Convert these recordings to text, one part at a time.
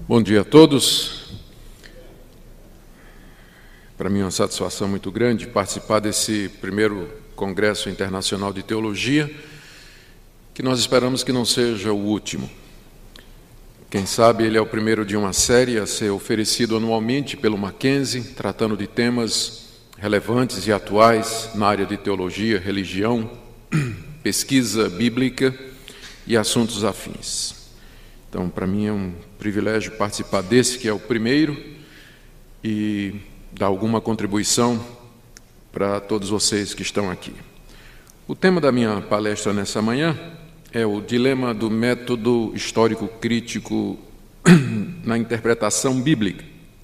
Bom dia a todos. Para mim é uma satisfação muito grande participar desse primeiro Congresso Internacional de Teologia, que nós esperamos que não seja o último. Quem sabe ele é o primeiro de uma série a ser oferecido anualmente pelo Mackenzie, tratando de temas relevantes e atuais na área de teologia, religião, pesquisa bíblica e assuntos afins. Então, para mim é um privilégio participar desse, que é o primeiro, e dar alguma contribuição para todos vocês que estão aqui. O tema da minha palestra nessa manhã é o dilema do método histórico-crítico na interpretação bíblica.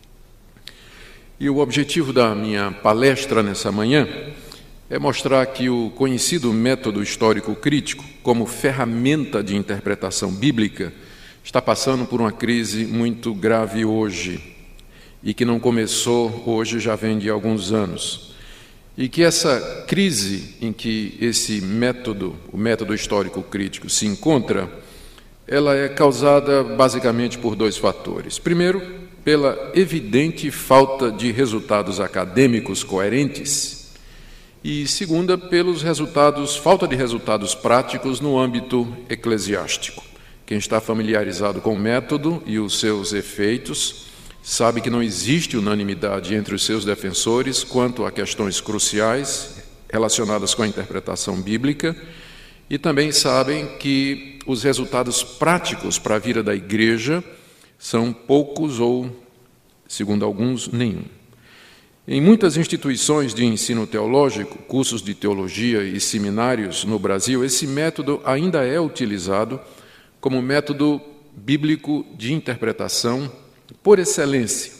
E o objetivo da minha palestra nessa manhã é mostrar que o conhecido método histórico-crítico, como ferramenta de interpretação bíblica, está passando por uma crise muito grave hoje, e que não começou hoje, já vem de alguns anos. E que essa crise em que esse método, o método histórico-crítico, se encontra, ela é causada basicamente por dois fatores. Primeiro, pela evidente falta de resultados acadêmicos coerentes, e segunda, falta de resultados práticos no âmbito eclesiástico. Quem está familiarizado com o método e os seus efeitos sabe que não existe unanimidade entre os seus defensores quanto a questões cruciais relacionadas com a interpretação bíblica, e também sabem que os resultados práticos para a vida da igreja são poucos ou, segundo alguns, nenhum. Em muitas instituições de ensino teológico, cursos de teologia e seminários no Brasil, esse método ainda é utilizado como método bíblico de interpretação por excelência.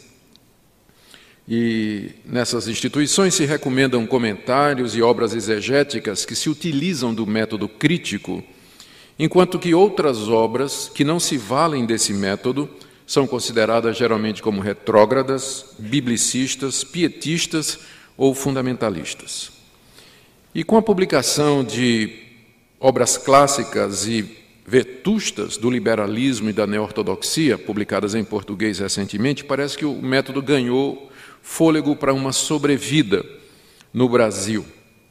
E nessas instituições se recomendam comentários e obras exegéticas que se utilizam do método crítico, enquanto que outras obras que não se valem desse método são consideradas geralmente como retrógradas, biblicistas, pietistas ou fundamentalistas. E com a publicação de obras clássicas e vetustas do liberalismo e da neo-ortodoxia, publicadas em português recentemente, parece que o método ganhou fôlego para uma sobrevida no Brasil.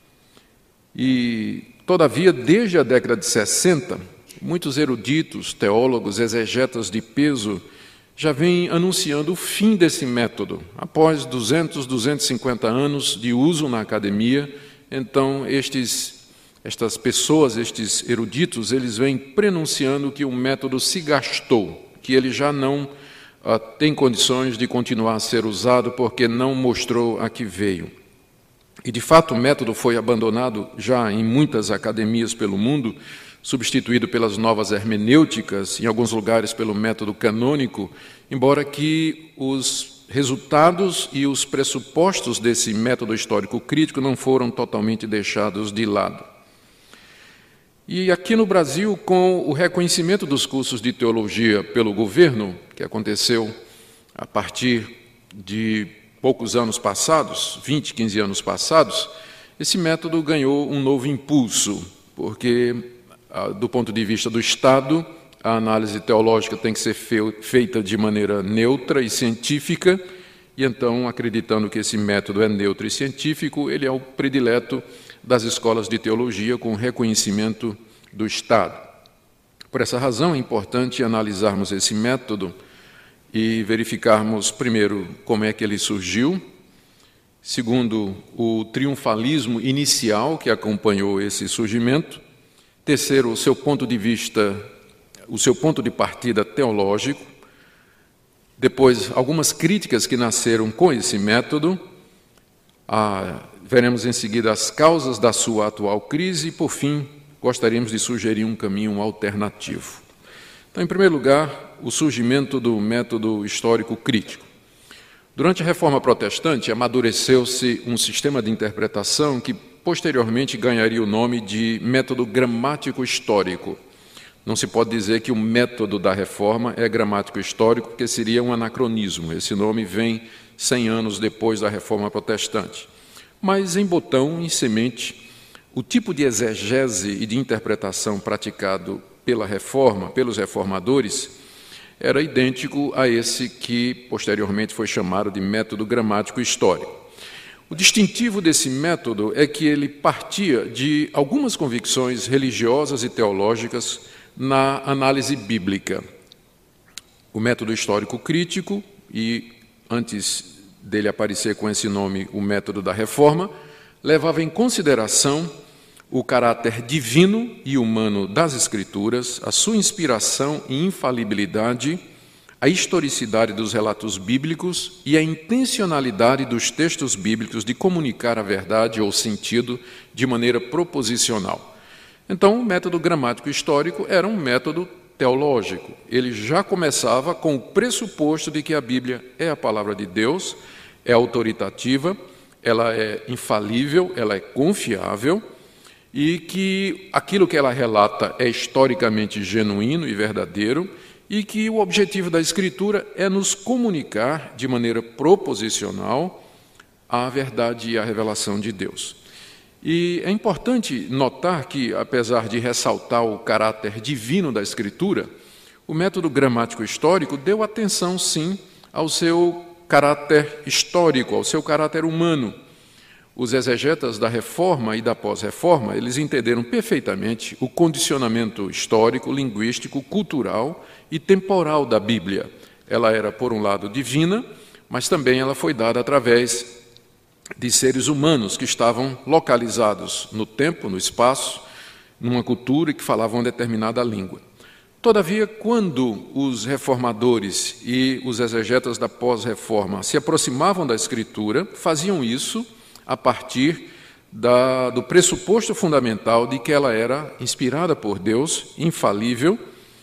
E, todavia, desde a década de 60, muitos eruditos, teólogos, exegetas de peso já vêm anunciando o fim desse método. Após 250 anos de uso na academia, então estas pessoas, estes eruditos, eles vêm prenunciando que o método se gastou, que ele já não tem condições de continuar a ser usado porque não mostrou a que veio. E, de fato, o método foi abandonado já em muitas academias pelo mundo, substituído pelas novas hermenêuticas, em alguns lugares pelo método canônico, embora que os resultados e os pressupostos desse método histórico-crítico não foram totalmente deixados de lado. E aqui no Brasil, com o reconhecimento dos cursos de teologia pelo governo, que aconteceu a partir de poucos anos passados, 20, 15 anos passados, esse método ganhou um novo impulso, porque, do ponto de vista do Estado, a análise teológica tem que ser feita de maneira neutra e científica, e então, acreditando que esse método é neutro e científico, ele é o predileto das escolas de teologia com reconhecimento do Estado. Por essa razão, é importante analisarmos esse método e verificarmos, primeiro, como é que ele surgiu, segundo, o triunfalismo inicial que acompanhou esse surgimento, terceiro, o seu ponto de partida teológico, depois, algumas críticas que nasceram com esse método, veremos em seguida as causas da sua atual crise e, por fim, gostaríamos de sugerir um caminho alternativo. Então, em primeiro lugar, o surgimento do método histórico-crítico. Durante a Reforma Protestante, amadureceu-se um sistema de interpretação que, posteriormente, ganharia o nome de método gramático-histórico. Não se pode dizer que o método da Reforma é gramático-histórico, porque seria um anacronismo. Esse nome vem 100 anos depois da Reforma Protestante. Mas, em botão, em semente, o tipo de exegese e de interpretação praticado pela Reforma, pelos reformadores, era idêntico a esse que posteriormente foi chamado de método gramático histórico. O distintivo desse método é que ele partia de algumas convicções religiosas e teológicas na análise bíblica. O método histórico crítico, e antes dele aparecer com esse nome, o método da reforma, levava em consideração o caráter divino e humano das Escrituras, a sua inspiração e infalibilidade, a historicidade dos relatos bíblicos e a intencionalidade dos textos bíblicos de comunicar a verdade ou sentido de maneira proposicional. Então, o método gramático histórico era um método teológico. Ele já começava com o pressuposto de que a Bíblia é a palavra de Deus, é autoritativa, ela é infalível, ela é confiável, e que aquilo que ela relata é historicamente genuíno e verdadeiro, e que o objetivo da Escritura é nos comunicar de maneira proposicional a verdade e a revelação de Deus. E é importante notar que, apesar de ressaltar o caráter divino da Escritura, o método gramático histórico deu atenção, sim, ao seu caráter histórico, ao seu caráter humano. Os exegetas da Reforma e da Pós-Reforma, eles entenderam perfeitamente o condicionamento histórico, linguístico, cultural e temporal da Bíblia. Ela era, por um lado, divina, mas também ela foi dada através de seres humanos que estavam localizados no tempo, no espaço, numa cultura e que falavam uma determinada língua. Todavia, quando os reformadores e os exegetas da pós-reforma se aproximavam da Escritura, faziam isso a partir do pressuposto fundamental de que ela era inspirada por Deus, infalível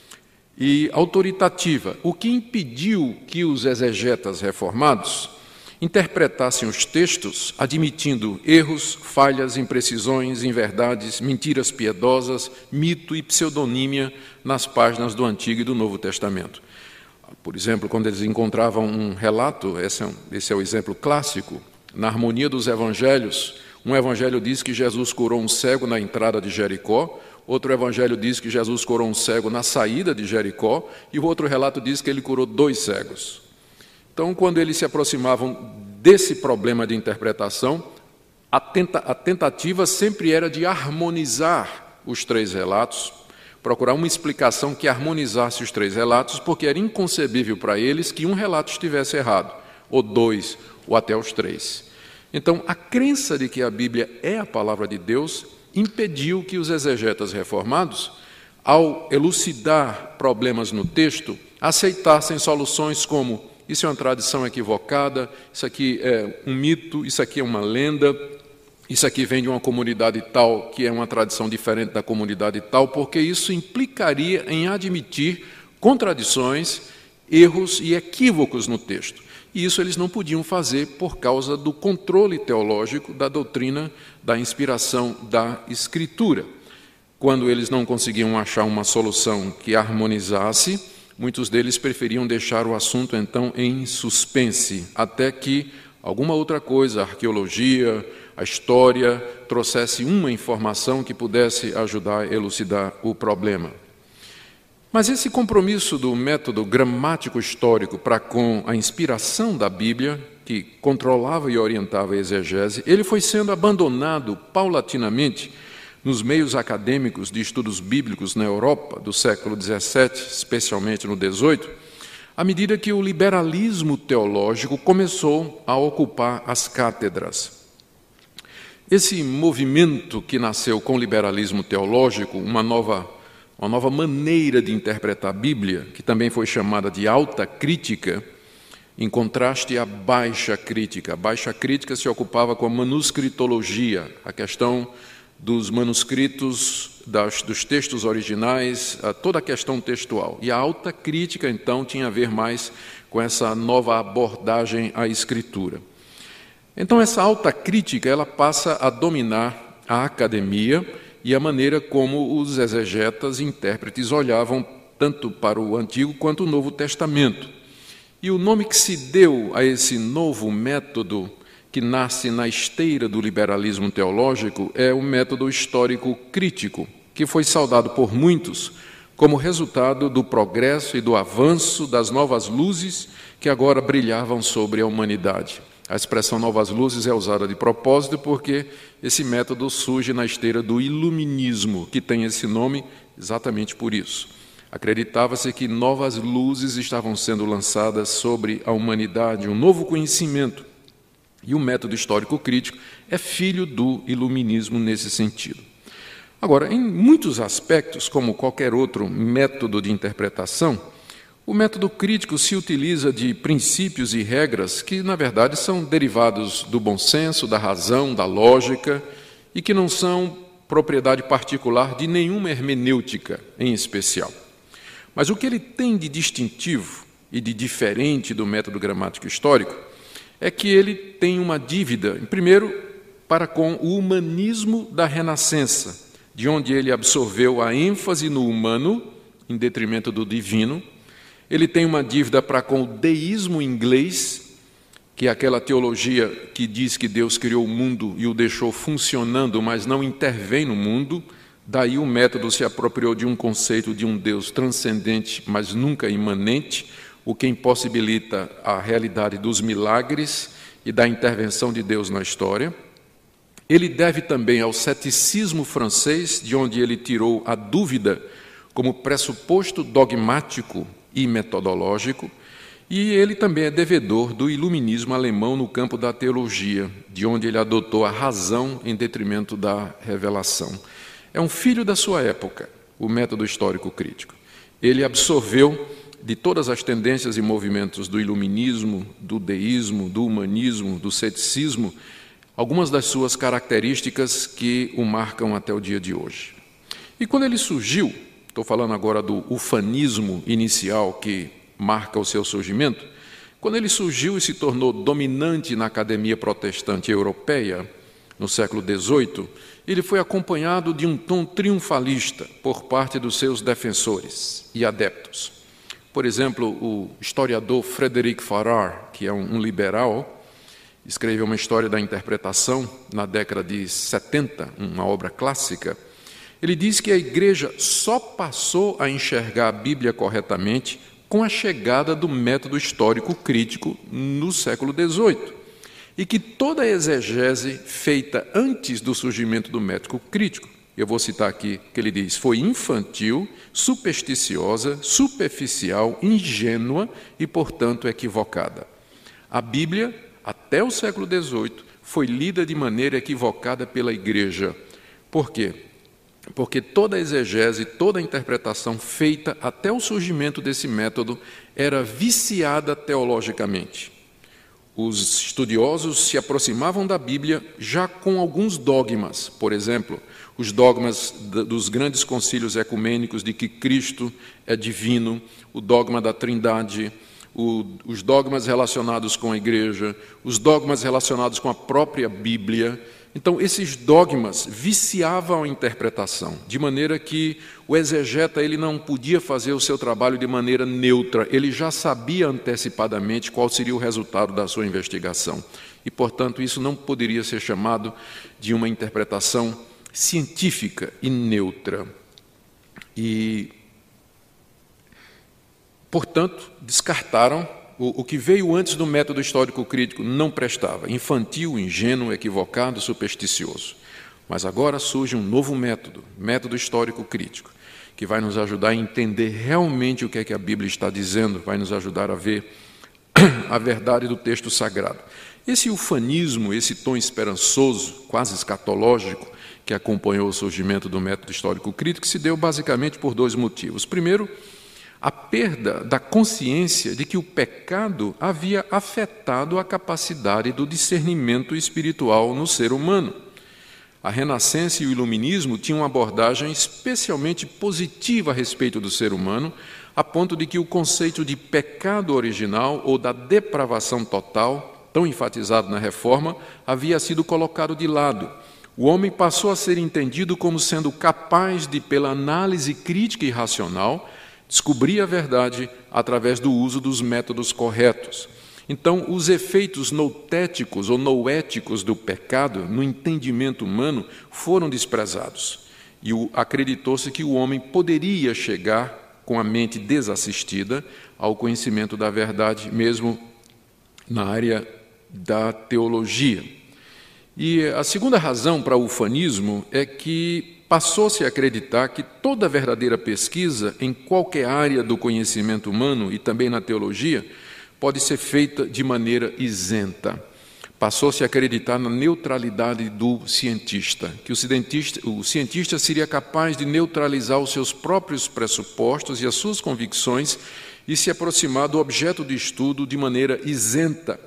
e autoritativa, o que impediu que os exegetas reformados interpretassem os textos admitindo erros, falhas, imprecisões, inverdades, mentiras piedosas, mito e pseudonímia nas páginas do Antigo e do Novo Testamento. Por exemplo, quando eles encontravam um relato, esse é o exemplo clássico, na harmonia dos evangelhos, um evangelho diz que Jesus curou um cego na entrada de Jericó, outro evangelho diz que Jesus curou um cego na saída de Jericó, e o outro relato diz que ele curou 2 cegos. Então, quando eles se aproximavam desse problema de interpretação, a tentativa sempre era de harmonizar os 3 relatos, procurar uma explicação que harmonizasse os 3 relatos, porque era inconcebível para eles que um relato estivesse errado, ou 2, ou até os 3. Então, a crença de que a Bíblia é a palavra de Deus impediu que os exegetas reformados, ao elucidar problemas no texto, aceitassem soluções como: isso é uma tradição equivocada, isso aqui é um mito, isso aqui é uma lenda, isso aqui vem de uma comunidade tal que é uma tradição diferente da comunidade tal, porque isso implicaria em admitir contradições, erros e equívocos no texto. E isso eles não podiam fazer por causa do controle teológico da doutrina da inspiração da Escritura. Quando eles não conseguiam achar uma solução que harmonizasse, muitos deles preferiam deixar o assunto, então, em suspense, até que alguma outra coisa, a arqueologia, a história, trouxesse uma informação que pudesse ajudar a elucidar o problema. Mas esse compromisso do método gramático histórico para com a inspiração da Bíblia, que controlava e orientava a exegese, ele foi sendo abandonado paulatinamente nos meios acadêmicos de estudos bíblicos na Europa do século XVII, especialmente no XVIII, à medida que o liberalismo teológico começou a ocupar as cátedras. Esse movimento que nasceu com o liberalismo teológico, uma nova maneira de interpretar a Bíblia, que também foi chamada de alta crítica, em contraste à baixa crítica. A baixa crítica se ocupava com a manuscritologia, a questão dos manuscritos, dos textos originais, toda a questão textual. E a alta crítica, então, tinha a ver mais com essa nova abordagem à Escritura. Então, essa alta crítica ela passa a dominar a academia e a maneira como os exegetas e intérpretes olhavam tanto para o Antigo quanto o Novo Testamento. E o nome que se deu a esse novo método que nasce na esteira do liberalismo teológico é o método histórico crítico, que foi saudado por muitos como resultado do progresso e do avanço das novas luzes que agora brilhavam sobre a humanidade. A expressão novas luzes é usada de propósito porque esse método surge na esteira do iluminismo, que tem esse nome exatamente por isso. Acreditava-se que novas luzes estavam sendo lançadas sobre a humanidade, um novo conhecimento. E o método histórico crítico é filho do iluminismo nesse sentido. Agora, em muitos aspectos, como qualquer outro método de interpretação, o método crítico se utiliza de princípios e regras que, na verdade, são derivados do bom senso, da razão, da lógica, e que não são propriedade particular de nenhuma hermenêutica em especial. Mas o que ele tem de distintivo e de diferente do método gramático histórico é que ele tem uma dívida, primeiro, para com o humanismo da Renascença, de onde ele absorveu a ênfase no humano, em detrimento do divino. Ele tem uma dívida para com o deísmo inglês, que é aquela teologia que diz que Deus criou o mundo e o deixou funcionando, mas não intervém no mundo. Daí o método se apropriou de um conceito de um Deus transcendente, mas nunca imanente, o que impossibilita a realidade dos milagres e da intervenção de Deus na história. Ele deve também ao ceticismo francês, de onde ele tirou a dúvida como pressuposto dogmático e metodológico, e ele também é devedor do iluminismo alemão no campo da teologia, de onde ele adotou a razão em detrimento da revelação. É um filho da sua época, o método histórico crítico. Ele absorveu de todas as tendências e movimentos do iluminismo, do deísmo, do humanismo, do ceticismo, algumas das suas características que o marcam até o dia de hoje. E quando ele surgiu, estou falando agora do ufanismo inicial que marca o seu surgimento, quando ele surgiu e se tornou dominante na academia protestante europeia, no século XVIII, ele foi acompanhado de um tom triunfalista por parte dos seus defensores e adeptos. Por exemplo, o historiador Frederic Farrar, que é um liberal, escreveu uma história da interpretação na década de 70, uma obra clássica. Ele diz que a Igreja só passou a enxergar a Bíblia corretamente com a chegada do método histórico crítico no século XVIII, e que toda a exegese feita antes do surgimento do método crítico, eu vou citar aqui que ele diz, foi infantil, supersticiosa, superficial, ingênua e, portanto, equivocada. A Bíblia, até o século XVIII, foi lida de maneira equivocada pela Igreja. Por quê? Porque toda a exegese, toda a interpretação feita até o surgimento desse método era viciada teologicamente. Os estudiosos se aproximavam da Bíblia já com alguns dogmas, por exemplo, os dogmas dos grandes concílios ecumênicos de que Cristo é divino, o dogma da Trindade, os dogmas relacionados com a Igreja, os dogmas relacionados com a própria Bíblia. Então, esses dogmas viciavam a interpretação, de maneira que o exegeta ele não podia fazer o seu trabalho de maneira neutra, ele já sabia antecipadamente qual seria o resultado da sua investigação. E, portanto, isso não poderia ser chamado de uma interpretação científica e neutra. E, portanto, descartaram o que veio antes do método histórico crítico não prestava, infantil, ingênuo, equivocado, supersticioso. Mas agora surge um novo método, método histórico crítico, que vai nos ajudar a entender realmente o que é que a Bíblia está dizendo, vai nos ajudar a ver a verdade do texto sagrado. Esse ufanismo, esse tom esperançoso, quase escatológico, que acompanhou o surgimento do método histórico crítico, se deu basicamente por dois motivos. Primeiro, a perda da consciência de que o pecado havia afetado a capacidade do discernimento espiritual no ser humano. A Renascença e o Iluminismo tinham uma abordagem especialmente positiva a respeito do ser humano, a ponto de que o conceito de pecado original ou da depravação total, tão enfatizado na Reforma, havia sido colocado de lado. O homem passou a ser entendido como sendo capaz de, pela análise crítica e racional, descobrir a verdade através do uso dos métodos corretos. Então, os efeitos noutéticos ou noéticos do pecado no entendimento humano foram desprezados. e acreditou-se que o homem poderia chegar, com a mente desassistida, ao conhecimento da verdade, mesmo na área da teologia. E a segunda razão para o ufanismo é que passou-se a acreditar que toda verdadeira pesquisa em qualquer área do conhecimento humano e também na teologia pode ser feita de maneira isenta. Passou-se a acreditar na neutralidade do cientista, que o cientista seria capaz de neutralizar os seus próprios pressupostos e as suas convicções e se aproximar do objeto de estudo de maneira isenta.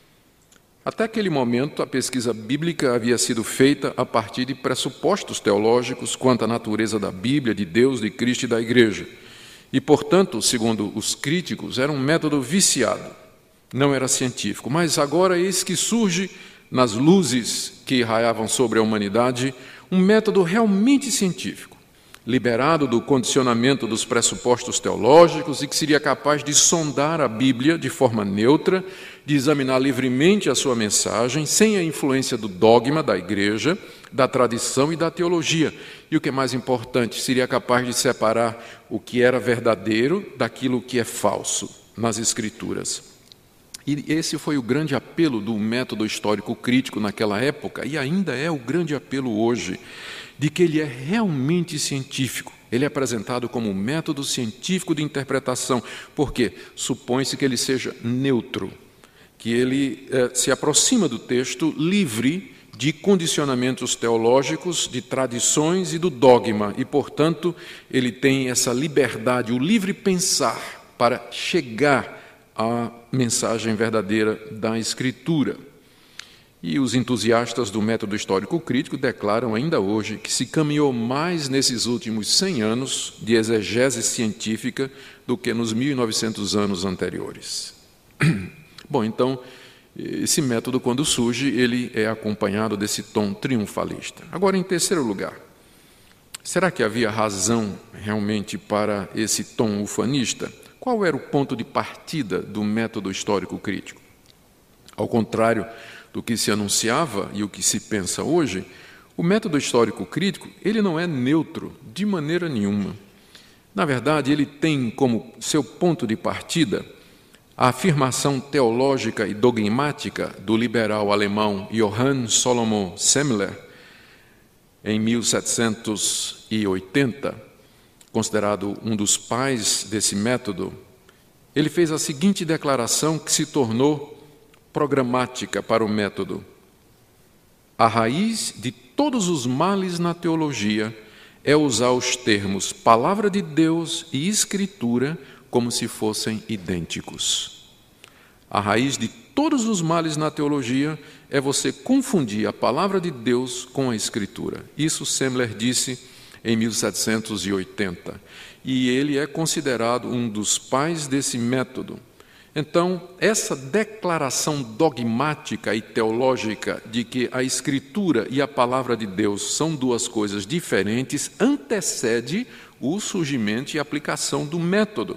Até aquele momento, a pesquisa bíblica havia sido feita a partir de pressupostos teológicos quanto à natureza da Bíblia, de Deus, de Cristo e da Igreja. E, portanto, segundo os críticos, era um método viciado. Não era científico, mas agora eis que surge, nas luzes que raiavam sobre a humanidade, um método realmente científico, liberado do condicionamento dos pressupostos teológicos e que seria capaz de sondar a Bíblia de forma neutra, de examinar livremente a sua mensagem, sem a influência do dogma da Igreja, da tradição e da teologia. E o que é mais importante, seria capaz de separar o que era verdadeiro daquilo que é falso nas Escrituras. E esse foi o grande apelo do método histórico crítico naquela época, e ainda é o grande apelo hoje, de que ele é realmente científico. Ele é apresentado como um método científico de interpretação, porque supõe-se que ele seja neutro, que ele se aproxima do texto livre de condicionamentos teológicos, de tradições e do dogma, e, portanto, ele tem essa liberdade, o livre pensar para chegar a mensagem verdadeira da Escritura. E os entusiastas do método histórico crítico declaram ainda hoje que se caminhou mais nesses últimos 100 anos de exegese científica do que nos 1900 anos anteriores. Bom, então, esse método, quando surge, ele é acompanhado desse tom triunfalista. Agora, em terceiro lugar, será que havia razão realmente para esse tom ufanista? Qual era o ponto de partida do método histórico crítico? Ao contrário do que se anunciava e o que se pensa hoje, o método histórico crítico ele não é neutro de maneira nenhuma. Na verdade, ele tem como seu ponto de partida a afirmação teológica e dogmática do liberal alemão Johann Solomon Semmler, em 1780, considerado um dos pais desse método. Ele fez a seguinte declaração que se tornou programática para o método: a raiz de todos os males na teologia é usar os termos palavra de Deus e Escritura como se fossem idênticos. A raiz de todos os males na teologia é você confundir a palavra de Deus com a Escritura. Isso Semmler disse em 1780, e ele é considerado um dos pais desse método. Então, essa declaração dogmática e teológica de que a Escritura e a palavra de Deus são duas coisas diferentes antecede o surgimento e aplicação do método.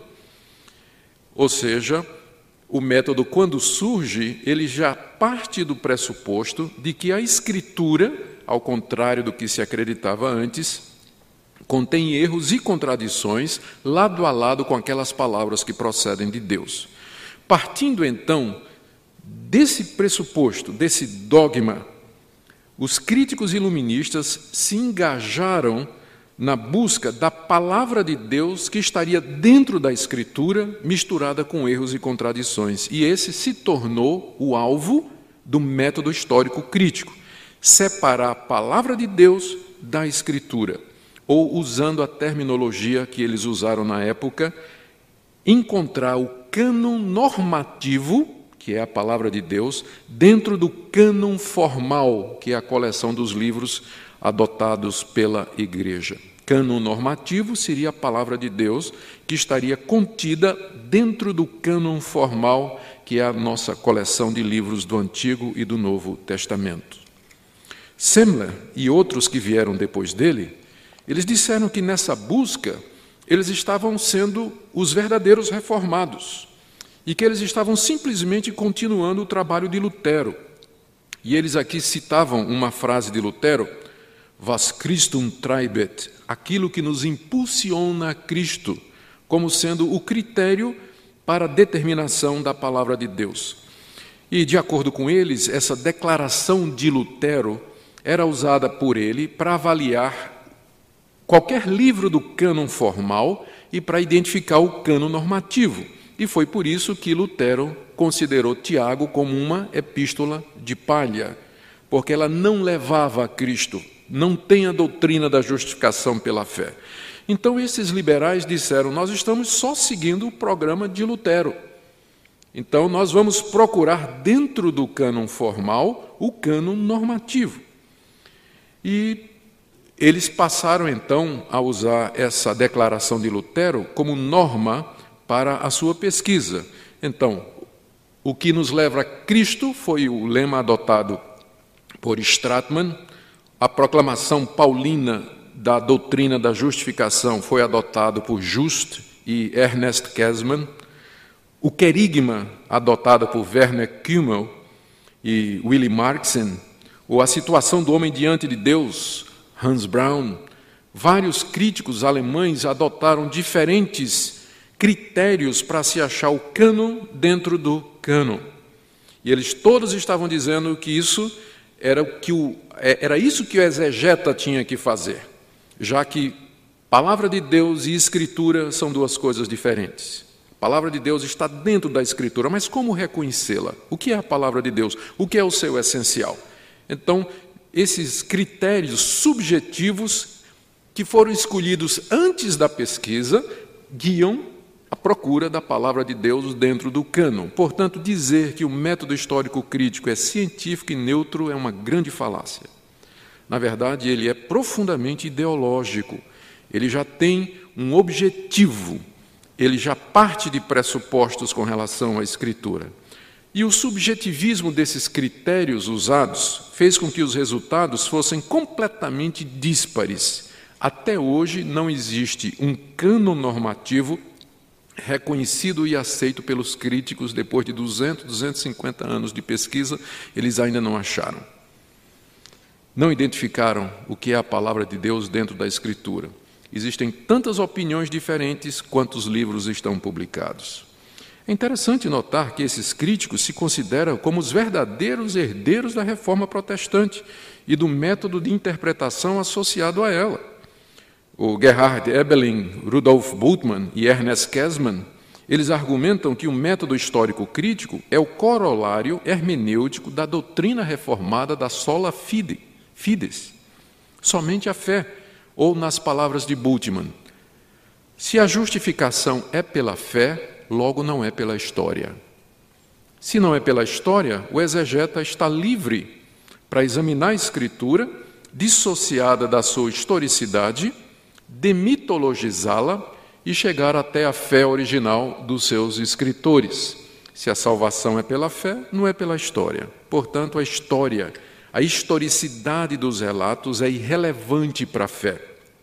Ou seja, o método, quando surge, ele já parte do pressuposto de que a Escritura, ao contrário do que se acreditava antes, contém erros e contradições lado a lado com aquelas palavras que procedem de Deus. Partindo, então, desse pressuposto, desse dogma, os críticos iluministas se engajaram na busca da palavra de Deus que estaria dentro da Escritura, misturada com erros e contradições. E esse se tornou o alvo do método histórico crítico: separar a palavra de Deus da Escritura. Ou, usando a terminologia que eles usaram na época, encontrar o cânon normativo, que é a palavra de Deus, dentro do cânon formal, que é a coleção dos livros adotados pela Igreja. Cânon normativo seria a palavra de Deus, que estaria contida dentro do cânon formal, que é a nossa coleção de livros do Antigo e do Novo Testamento. Semmler e outros que vieram depois dele, eles disseram que nessa busca eles estavam sendo os verdadeiros reformados e que eles estavam simplesmente continuando o trabalho de Lutero. E eles aqui citavam uma frase de Lutero: was Christum treibet, aquilo que nos impulsiona a Cristo, como sendo o critério para a determinação da palavra de Deus. E, de acordo com eles, essa declaração de Lutero era usada por ele para avaliar qualquer livro do cânon formal e para identificar o cânon normativo. E foi por isso que Lutero considerou Tiago como uma epístola de palha, porque ela não levava a Cristo, não tem a doutrina da justificação pela fé. Então esses liberais disseram, nós estamos só seguindo o programa de Lutero. Então nós vamos procurar dentro do cânon formal o cânon normativo. E eles passaram então a usar essa declaração de Lutero como norma para a sua pesquisa. Então, o que nos leva a Cristo foi o lema adotado por Stratmann, a proclamação paulina da doutrina da justificação foi adotado por Just e Ernest Käsemann, o querigma adotado por Werner Kümmel e Willy Marxen, ou a situação do homem diante de Deus, Hans Braun. Vários críticos alemães adotaram diferentes critérios para se achar o cânon dentro do cânon. E eles todos estavam dizendo que isso era isso que o exegeta tinha que fazer, já que palavra de Deus e Escritura são duas coisas diferentes. A palavra de Deus está dentro da Escritura, mas como reconhecê-la? O que é a palavra de Deus? O que é o seu essencial? Então, esses critérios subjetivos que foram escolhidos antes da pesquisa guiam a procura da palavra de Deus dentro do cânon. Portanto, dizer que o método histórico crítico é científico e neutro é uma grande falácia. Na verdade, ele é profundamente ideológico. Ele já tem um objetivo, ele já parte de pressupostos com relação à Escritura. E o subjetivismo desses critérios usados fez com que os resultados fossem completamente díspares. Até hoje não existe um cânon normativo reconhecido e aceito pelos críticos. Depois de 250 anos de pesquisa, eles ainda não acharam. Não identificaram o que é a palavra de Deus dentro da Escritura. Existem tantas opiniões diferentes quantos livros estão publicados. É interessante notar que esses críticos se consideram como os verdadeiros herdeiros da Reforma Protestante e do método de interpretação associado a ela. O Gerhard Ebeling, Rudolf Bultmann e Ernest Käsemann, eles argumentam que o método histórico crítico é o corolário hermenêutico da doutrina reformada da sola fides, somente a fé, ou nas palavras de Bultmann, se a justificação é pela fé, logo não é pela história. Se não é pela história, o exegeta está livre para examinar a Escritura, dissociada da sua historicidade, demitologizá-la e chegar até a fé original dos seus escritores. Se a salvação é pela fé, não é pela história. Portanto, a historicidade dos relatos é irrelevante para a fé.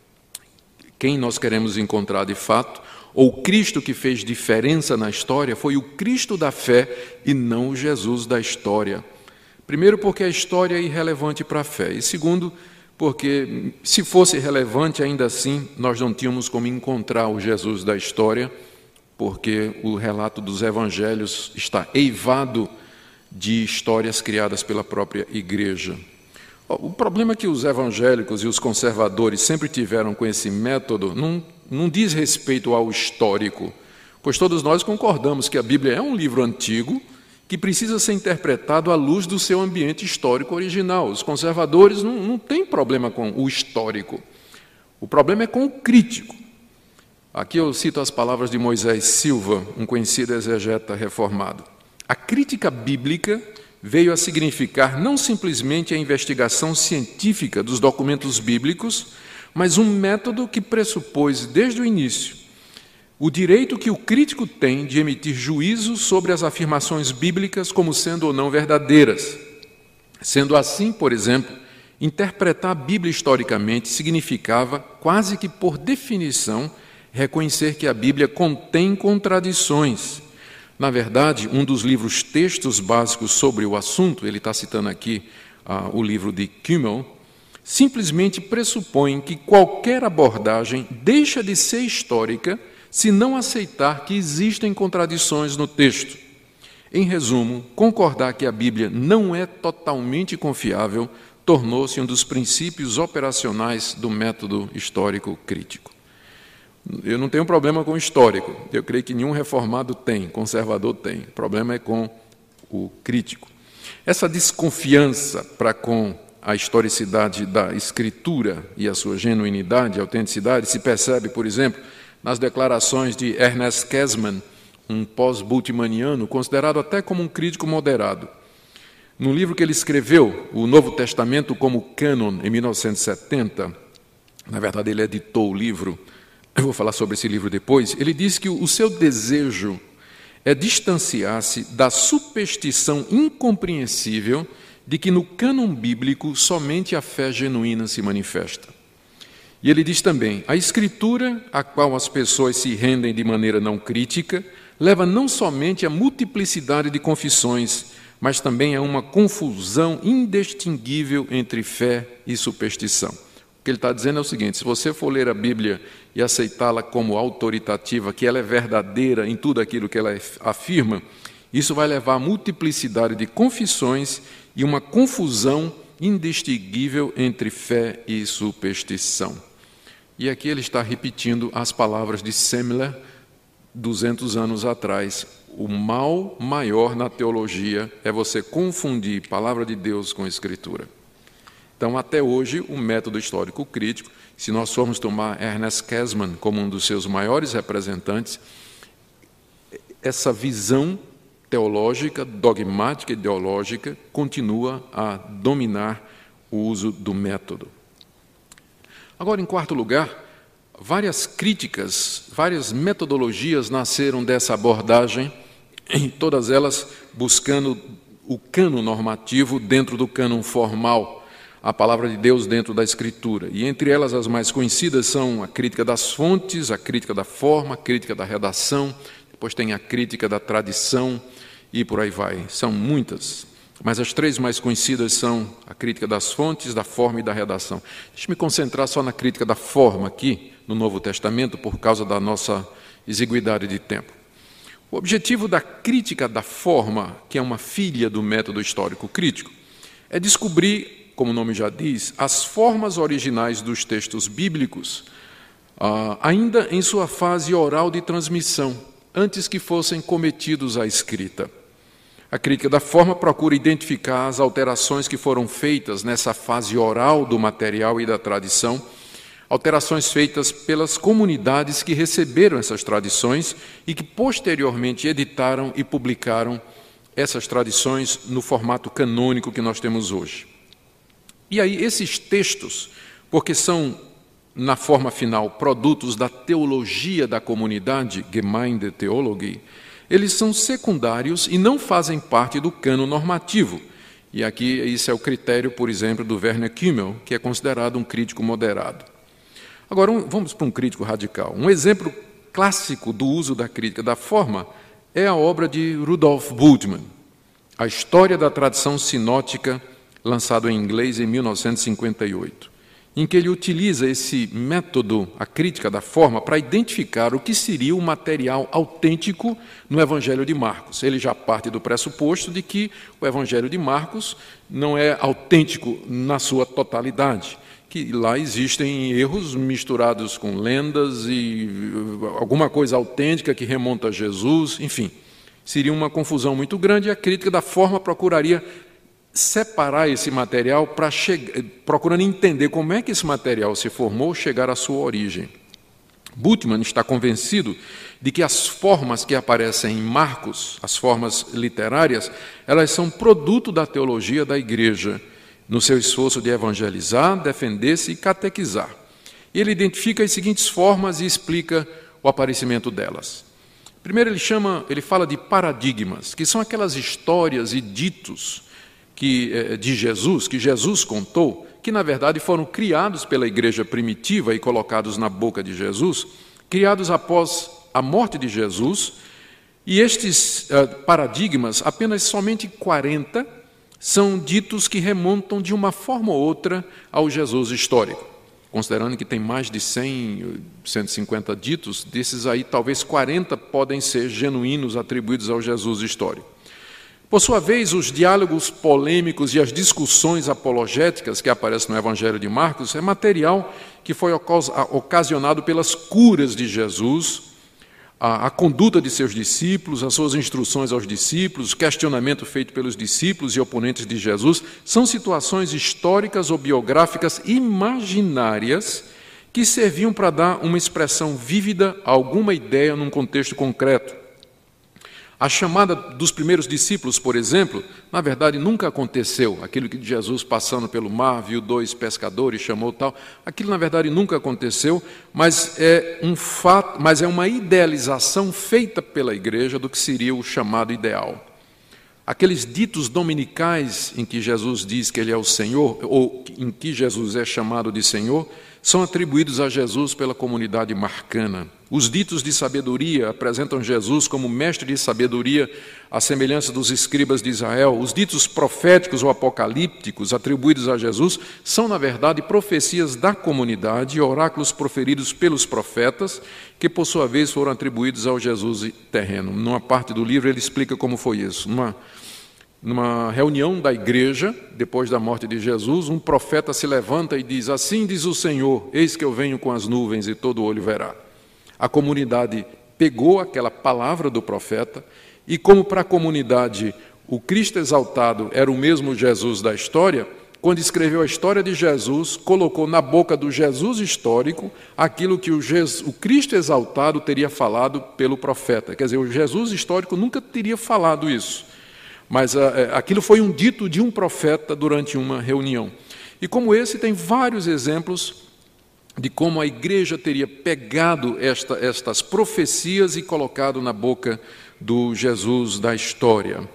Quem nós queremos encontrar de fato, ou o Cristo que fez diferença na história, foi o Cristo da fé e não o Jesus da história. Primeiro, porque a história é irrelevante para a fé. E segundo, porque se fosse relevante, ainda assim, nós não tínhamos como encontrar o Jesus da história, porque o relato dos evangelhos está eivado de histórias criadas pela própria igreja. O problema que os evangélicos e os conservadores sempre tiveram com esse método não diz respeito ao histórico, pois todos nós concordamos que a Bíblia é um livro antigo que precisa ser interpretado à luz do seu ambiente histórico original. Os conservadores não têm problema com o histórico. O problema é com o crítico. Aqui eu cito as palavras de Moisés Silva, um conhecido exegeta reformado. A crítica bíblica veio a significar não simplesmente a investigação científica dos documentos bíblicos, mas um método que pressupôs desde o início o direito que o crítico tem de emitir juízo sobre as afirmações bíblicas como sendo ou não verdadeiras. Sendo assim, por exemplo, interpretar a Bíblia historicamente significava, quase que por definição, reconhecer que a Bíblia contém contradições. Na verdade, um dos textos básicos sobre o assunto, ele está citando aqui o livro de Kümmel, simplesmente pressupõem que qualquer abordagem deixa de ser histórica se não aceitar que existem contradições no texto. Em resumo, concordar que a Bíblia não é totalmente confiável tornou-se um dos princípios operacionais do método histórico crítico. Eu não tenho problema com o histórico, eu creio que nenhum reformado tem, conservador tem. O problema é com o crítico. Essa desconfiança para com a historicidade da Escritura e a sua genuinidade e autenticidade se percebe, por exemplo, nas declarações de Ernest Käsemann, um pós-bultmanniano, considerado até como um crítico moderado. No livro que ele escreveu, O Novo Testamento como Cânon, em 1970, na verdade ele editou o livro, eu vou falar sobre esse livro depois, ele diz que o seu desejo é distanciar-se da superstição incompreensível de que no cânon bíblico somente a fé genuína se manifesta. E ele diz também, a Escritura, a qual as pessoas se rendem de maneira não crítica, leva não somente à multiplicidade de confissões, mas também a uma confusão indistinguível entre fé e superstição. O que ele está dizendo é o seguinte, se você for ler a Bíblia e aceitá-la como autoritativa, que ela é verdadeira em tudo aquilo que ela afirma, isso vai levar à multiplicidade de confissões e uma confusão indistinguível entre fé e superstição. E aqui ele está repetindo as palavras de Semler, 200 anos atrás. O mal maior na teologia é você confundir palavra de Deus com Escritura. Então, até hoje, o método histórico crítico, se nós formos tomar Ernest Käsemann como um dos seus maiores representantes, essa visão teológica, dogmática e ideológica continua a dominar o uso do método. Agora, em quarto lugar, várias críticas, várias metodologias nasceram dessa abordagem, todas elas buscando o cânon normativo dentro do cânon formal, a palavra de Deus dentro da Escritura. E entre elas as mais conhecidas são a crítica das fontes, a crítica da forma, a crítica da redação, depois tem a crítica da tradição e por aí vai. São muitas, mas as três mais conhecidas são a crítica das fontes, da forma e da redação. Deixa eu me concentrar só na crítica da forma aqui, no Novo Testamento, por causa da nossa exiguidade de tempo. O objetivo da crítica da forma, que é uma filha do método histórico crítico, é descobrir, como o nome já diz, as formas originais dos textos bíblicos, ainda em sua fase oral de transmissão, antes que fossem cometidos à escrita. A crítica da forma procura identificar as alterações que foram feitas nessa fase oral do material e da tradição, alterações feitas pelas comunidades que receberam essas tradições e que posteriormente editaram e publicaram essas tradições no formato canônico que nós temos hoje. E aí esses textos, porque são, na forma final, produtos da teologia da comunidade, Gemeindetheologie, eles são secundários e não fazem parte do cânon normativo. E aqui isso é o critério, por exemplo, do Werner Kimmel, que é considerado um crítico moderado. Agora, vamos para um crítico radical. Um exemplo clássico do uso da crítica da forma é a obra de Rudolf Bultmann, A História da Tradição Sinótica, lançado em inglês em 1958, em que ele utiliza esse método, a crítica da forma, para identificar o que seria o material autêntico no Evangelho de Marcos. Ele já parte do pressuposto de que o Evangelho de Marcos não é autêntico na sua totalidade, que lá existem erros misturados com lendas e alguma coisa autêntica que remonta a Jesus, enfim. Seria uma confusão muito grande e a crítica da forma procuraria separar esse material procurando entender como é que esse material se formou, chegar à sua origem. Bultmann está convencido de que as formas que aparecem em Marcos, as formas literárias, elas são produto da teologia da Igreja, no seu esforço de evangelizar, defender-se e catequizar. Ele identifica as seguintes formas e explica o aparecimento delas. Primeiro ele fala de paradigmas, que são aquelas histórias e ditos de Jesus, que Jesus contou, que na verdade foram criados pela igreja primitiva e colocados na boca de Jesus, criados após a morte de Jesus, e estes paradigmas, apenas somente 40, são ditos que remontam de uma forma ou outra ao Jesus histórico. Considerando que tem mais de 100, 150 ditos, desses aí talvez 40 podem ser genuínos, atribuídos ao Jesus histórico. Por sua vez, os diálogos polêmicos e as discussões apologéticas que aparecem no Evangelho de Marcos é material que foi ocasionado pelas curas de Jesus, a conduta de seus discípulos, as suas instruções aos discípulos, o questionamento feito pelos discípulos e oponentes de Jesus, são situações históricas ou biográficas imaginárias que serviam para dar uma expressão vívida a alguma ideia num contexto concreto. A chamada dos primeiros discípulos, por exemplo, na verdade nunca aconteceu. Aquilo que Jesus passando pelo mar, viu 2 pescadores, chamou tal, aquilo na verdade nunca aconteceu, mas é um fato, mas é uma idealização feita pela igreja do que seria o chamado ideal. Aqueles ditos dominicais em que Jesus diz que ele é o Senhor, ou em que Jesus é chamado de Senhor, são atribuídos a Jesus pela comunidade marcana. Os ditos de sabedoria apresentam Jesus como mestre de sabedoria, à semelhança dos escribas de Israel. Os ditos proféticos ou apocalípticos atribuídos a Jesus são, na verdade, profecias da comunidade e oráculos proferidos pelos profetas, que, por sua vez, foram atribuídos ao Jesus terreno. Numa parte do livro, ele explica como foi isso. Numa reunião da igreja, depois da morte de Jesus, um profeta se levanta e diz: assim diz o Senhor, eis que eu venho com as nuvens e todo olho verá. A comunidade pegou aquela palavra do profeta e, como para a comunidade o Cristo exaltado era o mesmo Jesus da história, quando escreveu a história de Jesus, colocou na boca do Jesus histórico aquilo que o Cristo exaltado teria falado pelo profeta. Quer dizer, o Jesus histórico nunca teria falado isso. Mas aquilo foi um dito de um profeta durante uma reunião. E como esse, tem vários exemplos de como a igreja teria pegado estas profecias e colocado na boca do Jesus da história.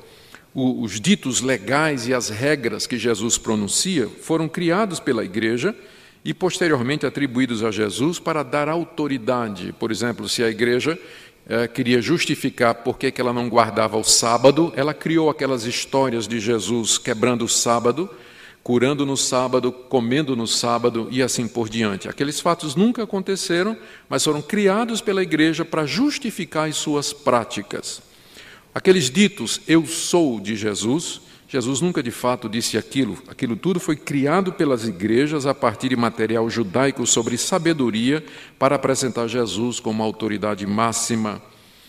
Os ditos legais e as regras que Jesus pronuncia foram criados pela igreja e posteriormente atribuídos a Jesus para dar autoridade. Por exemplo, se a igreja queria justificar por que ela não guardava o sábado, ela criou aquelas histórias de Jesus quebrando o sábado, curando no sábado, comendo no sábado e assim por diante. Aqueles fatos nunca aconteceram, mas foram criados pela igreja para justificar as suas práticas. Aqueles ditos, eu sou de Jesus, Jesus nunca de fato disse aquilo. Aquilo tudo foi criado pelas igrejas a partir de material judaico sobre sabedoria para apresentar Jesus como autoridade máxima.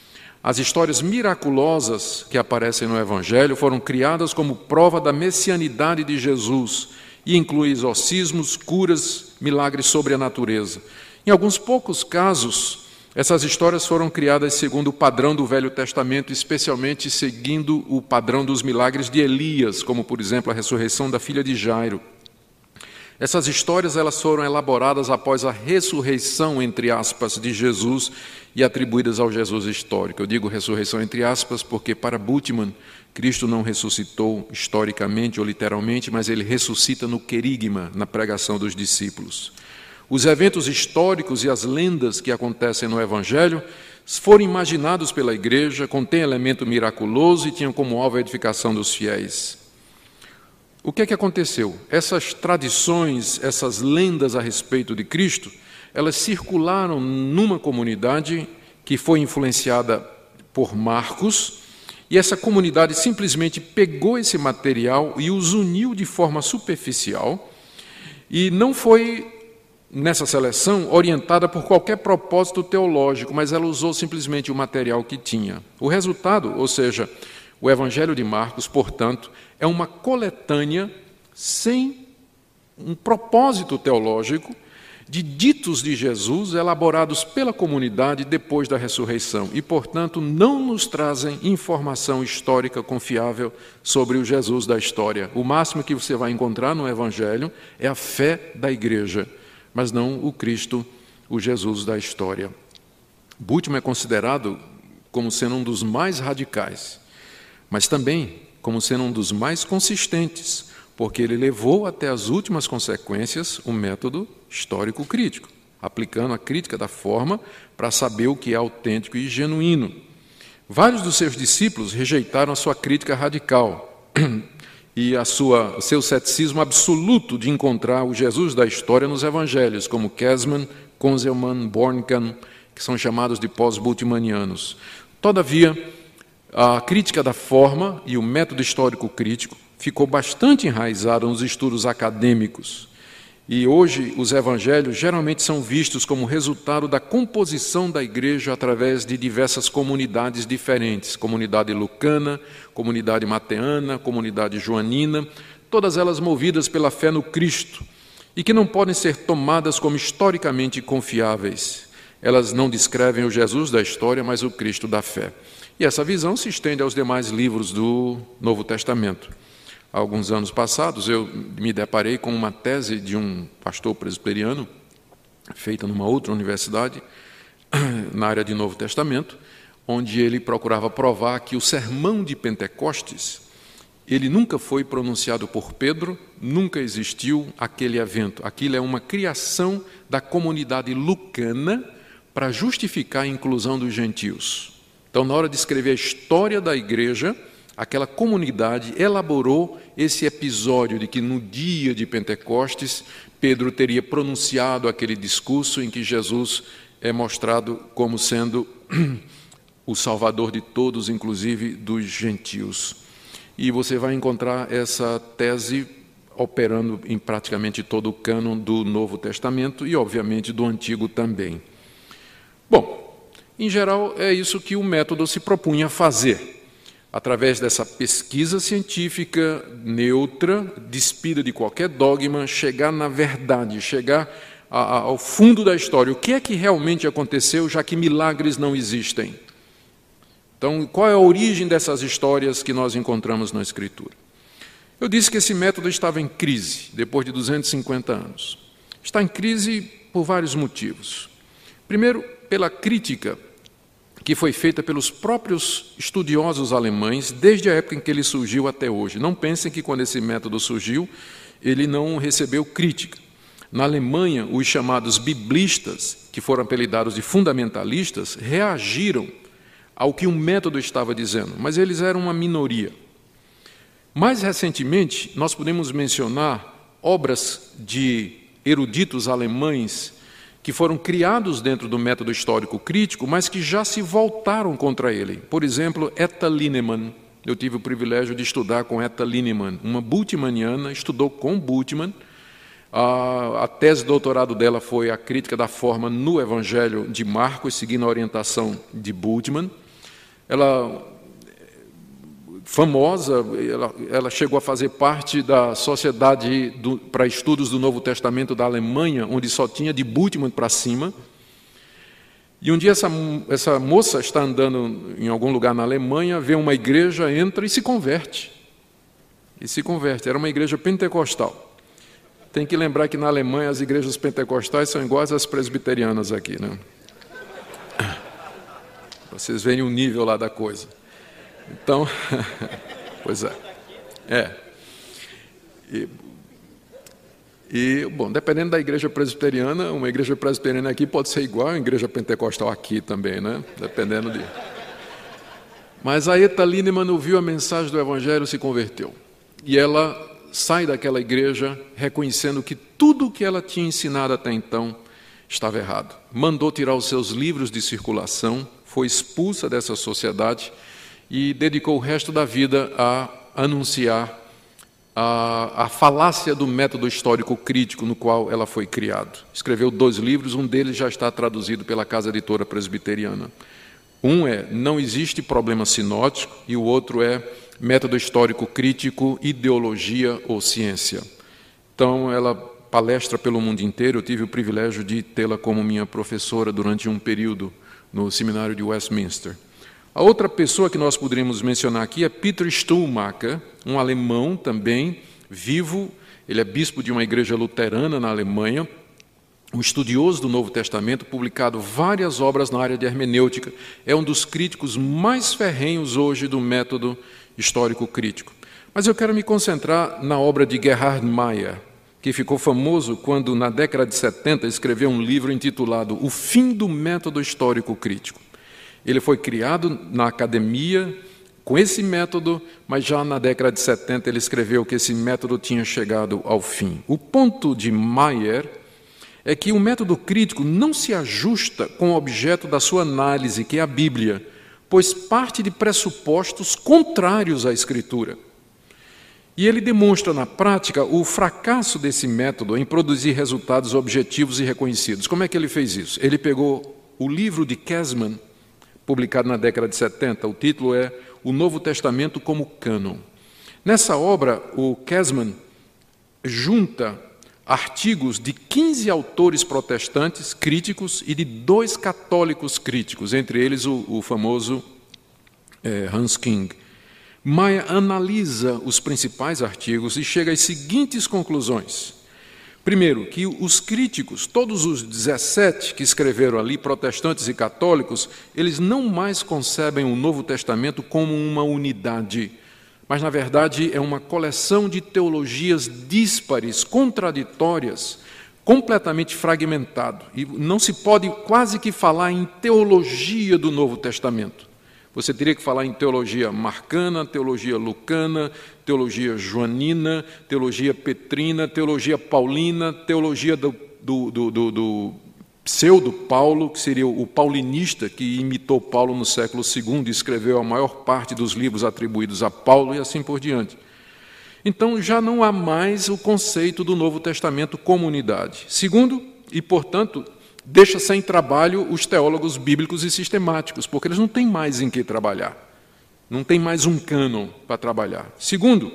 As histórias miraculosas que aparecem no Evangelho foram criadas como prova da messianidade de Jesus e incluem exorcismos, curas, milagres sobre a natureza. Em alguns poucos casos, essas histórias foram criadas segundo o padrão do Velho Testamento, especialmente seguindo o padrão dos milagres de Elias, como, por exemplo, a ressurreição da filha de Jairo. Essas histórias elas foram elaboradas após a ressurreição, entre aspas, de Jesus e atribuídas ao Jesus histórico. Eu digo ressurreição entre aspas porque, para Bultmann, Cristo não ressuscitou historicamente ou literalmente, mas ele ressuscita no querigma, na pregação dos discípulos. Os eventos históricos e as lendas que acontecem no Evangelho foram imaginados pela igreja, contêm elemento miraculoso e tinham como alvo a edificação dos fiéis. O que é que aconteceu? Essas tradições, essas lendas a respeito de Cristo, elas circularam numa comunidade que foi influenciada por Marcos, e essa comunidade simplesmente pegou esse material e os uniu de forma superficial, e não foi, nessa seleção, orientada por qualquer propósito teológico, mas ela usou simplesmente o material que tinha. O resultado, ou seja, o Evangelho de Marcos, portanto, é uma coletânea sem um propósito teológico de ditos de Jesus elaborados pela comunidade depois da ressurreição e, portanto, não nos trazem informação histórica confiável sobre o Jesus da história. O máximo que você vai encontrar no Evangelho é a fé da igreja, mas não o Cristo, o Jesus da história. Bultmann é considerado como sendo um dos mais radicais, mas também como sendo um dos mais consistentes, porque ele levou até as últimas consequências o método histórico crítico, aplicando a crítica da forma para saber o que é autêntico e genuíno. Vários dos seus discípulos rejeitaram a sua crítica radical e o seu ceticismo absoluto de encontrar o Jesus da história nos evangelhos, como Käsman, Konzelman, Bornkan, que são chamados de pós-bultmannianos. Todavia, a crítica da forma e o método histórico crítico ficou bastante enraizada nos estudos acadêmicos. E hoje os evangelhos geralmente são vistos como resultado da composição da igreja através de diversas comunidades diferentes, comunidade lucana, comunidade mateana, comunidade joanina, todas elas movidas pela fé no Cristo, e que não podem ser tomadas como historicamente confiáveis. Elas não descrevem o Jesus da história, mas o Cristo da fé. E essa visão se estende aos demais livros do Novo Testamento. Há alguns anos passados, eu me deparei com uma tese de um pastor presbiteriano, feita numa outra universidade, na área de Novo Testamento, onde ele procurava provar que o sermão de Pentecostes, ele nunca foi pronunciado por Pedro, nunca existiu aquele evento. Aquilo é uma criação da comunidade lucana para justificar a inclusão dos gentios. Então, na hora de escrever a história da igreja, aquela comunidade elaborou esse episódio de que no dia de Pentecostes, Pedro teria pronunciado aquele discurso em que Jesus é mostrado como sendo o Salvador de todos, inclusive dos gentios. E você vai encontrar essa tese operando em praticamente todo o cânon do Novo Testamento e, obviamente, do Antigo também. Bom, em geral, é isso que o método se propunha fazer. Através dessa pesquisa científica neutra, despida de qualquer dogma, chegar na verdade, chegar ao fundo da história. O que é que realmente aconteceu, já que milagres não existem? Então, qual é a origem dessas histórias que nós encontramos na Escritura? Eu disse que esse método estava em crise, depois de 250 anos. Está em crise por vários motivos. Primeiro, pela crítica que foi feita pelos próprios estudiosos alemães desde a época em que ele surgiu até hoje. Não pensem que quando esse método surgiu, ele não recebeu crítica. Na Alemanha, os chamados biblistas, que foram apelidados de fundamentalistas, reagiram ao que o método estava dizendo, mas eles eram uma minoria. Mais recentemente, nós podemos mencionar obras de eruditos alemães que foram criados dentro do método histórico crítico, mas que já se voltaram contra ele. Por exemplo, Etta Linnemann. Eu tive o privilégio de estudar com Etta Linnemann, uma bultmanniana, estudou com Bultmann. A tese de doutorado dela foi a crítica da forma no Evangelho de Marcos, seguindo a orientação de Bultmann. Ela famosa, ela chegou a fazer parte da Sociedade para Estudos do Novo Testamento da Alemanha, onde só tinha de Bultmann para cima. E um dia essa moça está andando em algum lugar na Alemanha, vê uma igreja, entra e se converte. Era uma igreja pentecostal. Tem que lembrar que na Alemanha as igrejas pentecostais são iguais às presbiterianas aqui, né? Vocês veem o nível lá da coisa. Então, pois é. Bom, dependendo da igreja presbiteriana, uma igreja presbiteriana aqui pode ser igual a uma igreja pentecostal aqui também, né? Dependendo de... Mas a Etta Linnemann ouviu a mensagem do Evangelho e se converteu. E ela sai daquela igreja reconhecendo que tudo o que ela tinha ensinado até então estava errado. Mandou tirar os seus livros de circulação, foi expulsa dessa sociedade e dedicou o resto da vida a anunciar a falácia do método histórico crítico no qual ela foi criada. Escreveu 2 livros, um deles já está traduzido pela Casa Editora Presbiteriana. Um é Não Existe Problema Sinótico e o outro é Método Histórico Crítico, Ideologia ou Ciência. Então, ela palestra pelo mundo inteiro. Eu tive o privilégio de tê-la como minha professora durante um período no seminário de Westminster. A outra pessoa que nós poderíamos mencionar aqui é Peter Stuhlmacher, um alemão também, vivo. Ele é bispo de uma igreja luterana na Alemanha, um estudioso do Novo Testamento, publicado várias obras na área de hermenêutica. É um dos críticos mais ferrenhos hoje do método histórico crítico. Mas eu quero me concentrar na obra de Gerhard Meyer, que ficou famoso quando, na década de 70, escreveu um livro intitulado O Fim do Método Histórico Crítico. Ele foi criado na academia com esse método, mas já na década de 70 ele escreveu que esse método tinha chegado ao fim. O ponto de Meyer é que o método crítico não se ajusta com o objeto da sua análise, que é a Bíblia, pois parte de pressupostos contrários à Escritura. E ele demonstra na prática o fracasso desse método em produzir resultados objetivos e reconhecidos. Como é que ele fez isso? Ele pegou o livro de Käsman, publicado na década de 70, o título é O Novo Testamento como Cânon. Nessa obra, o Käsman junta artigos de 15 autores protestantes críticos e de 2 católicos críticos, entre eles o famoso Hans King. Meyer analisa os principais artigos e chega às seguintes conclusões. Primeiro, que os críticos, todos os 17 que escreveram ali, protestantes e católicos, eles não mais concebem o Novo Testamento como uma unidade, mas, na verdade, é uma coleção de teologias díspares, contraditórias, completamente fragmentado. E não se pode quase que falar em teologia do Novo Testamento. Você teria que falar em teologia marcana, teologia lucana, teologia joanina, teologia petrina, teologia paulina, teologia do pseudo-Paulo, que seria o paulinista, que imitou Paulo no século II e escreveu a maior parte dos livros atribuídos a Paulo e assim por diante. Então, já não há mais o conceito do Novo Testamento como unidade. Segundo, e portanto, deixa sem trabalho os teólogos bíblicos e sistemáticos, porque eles não têm mais em que trabalhar. Não tem mais um cânon para trabalhar. Segundo,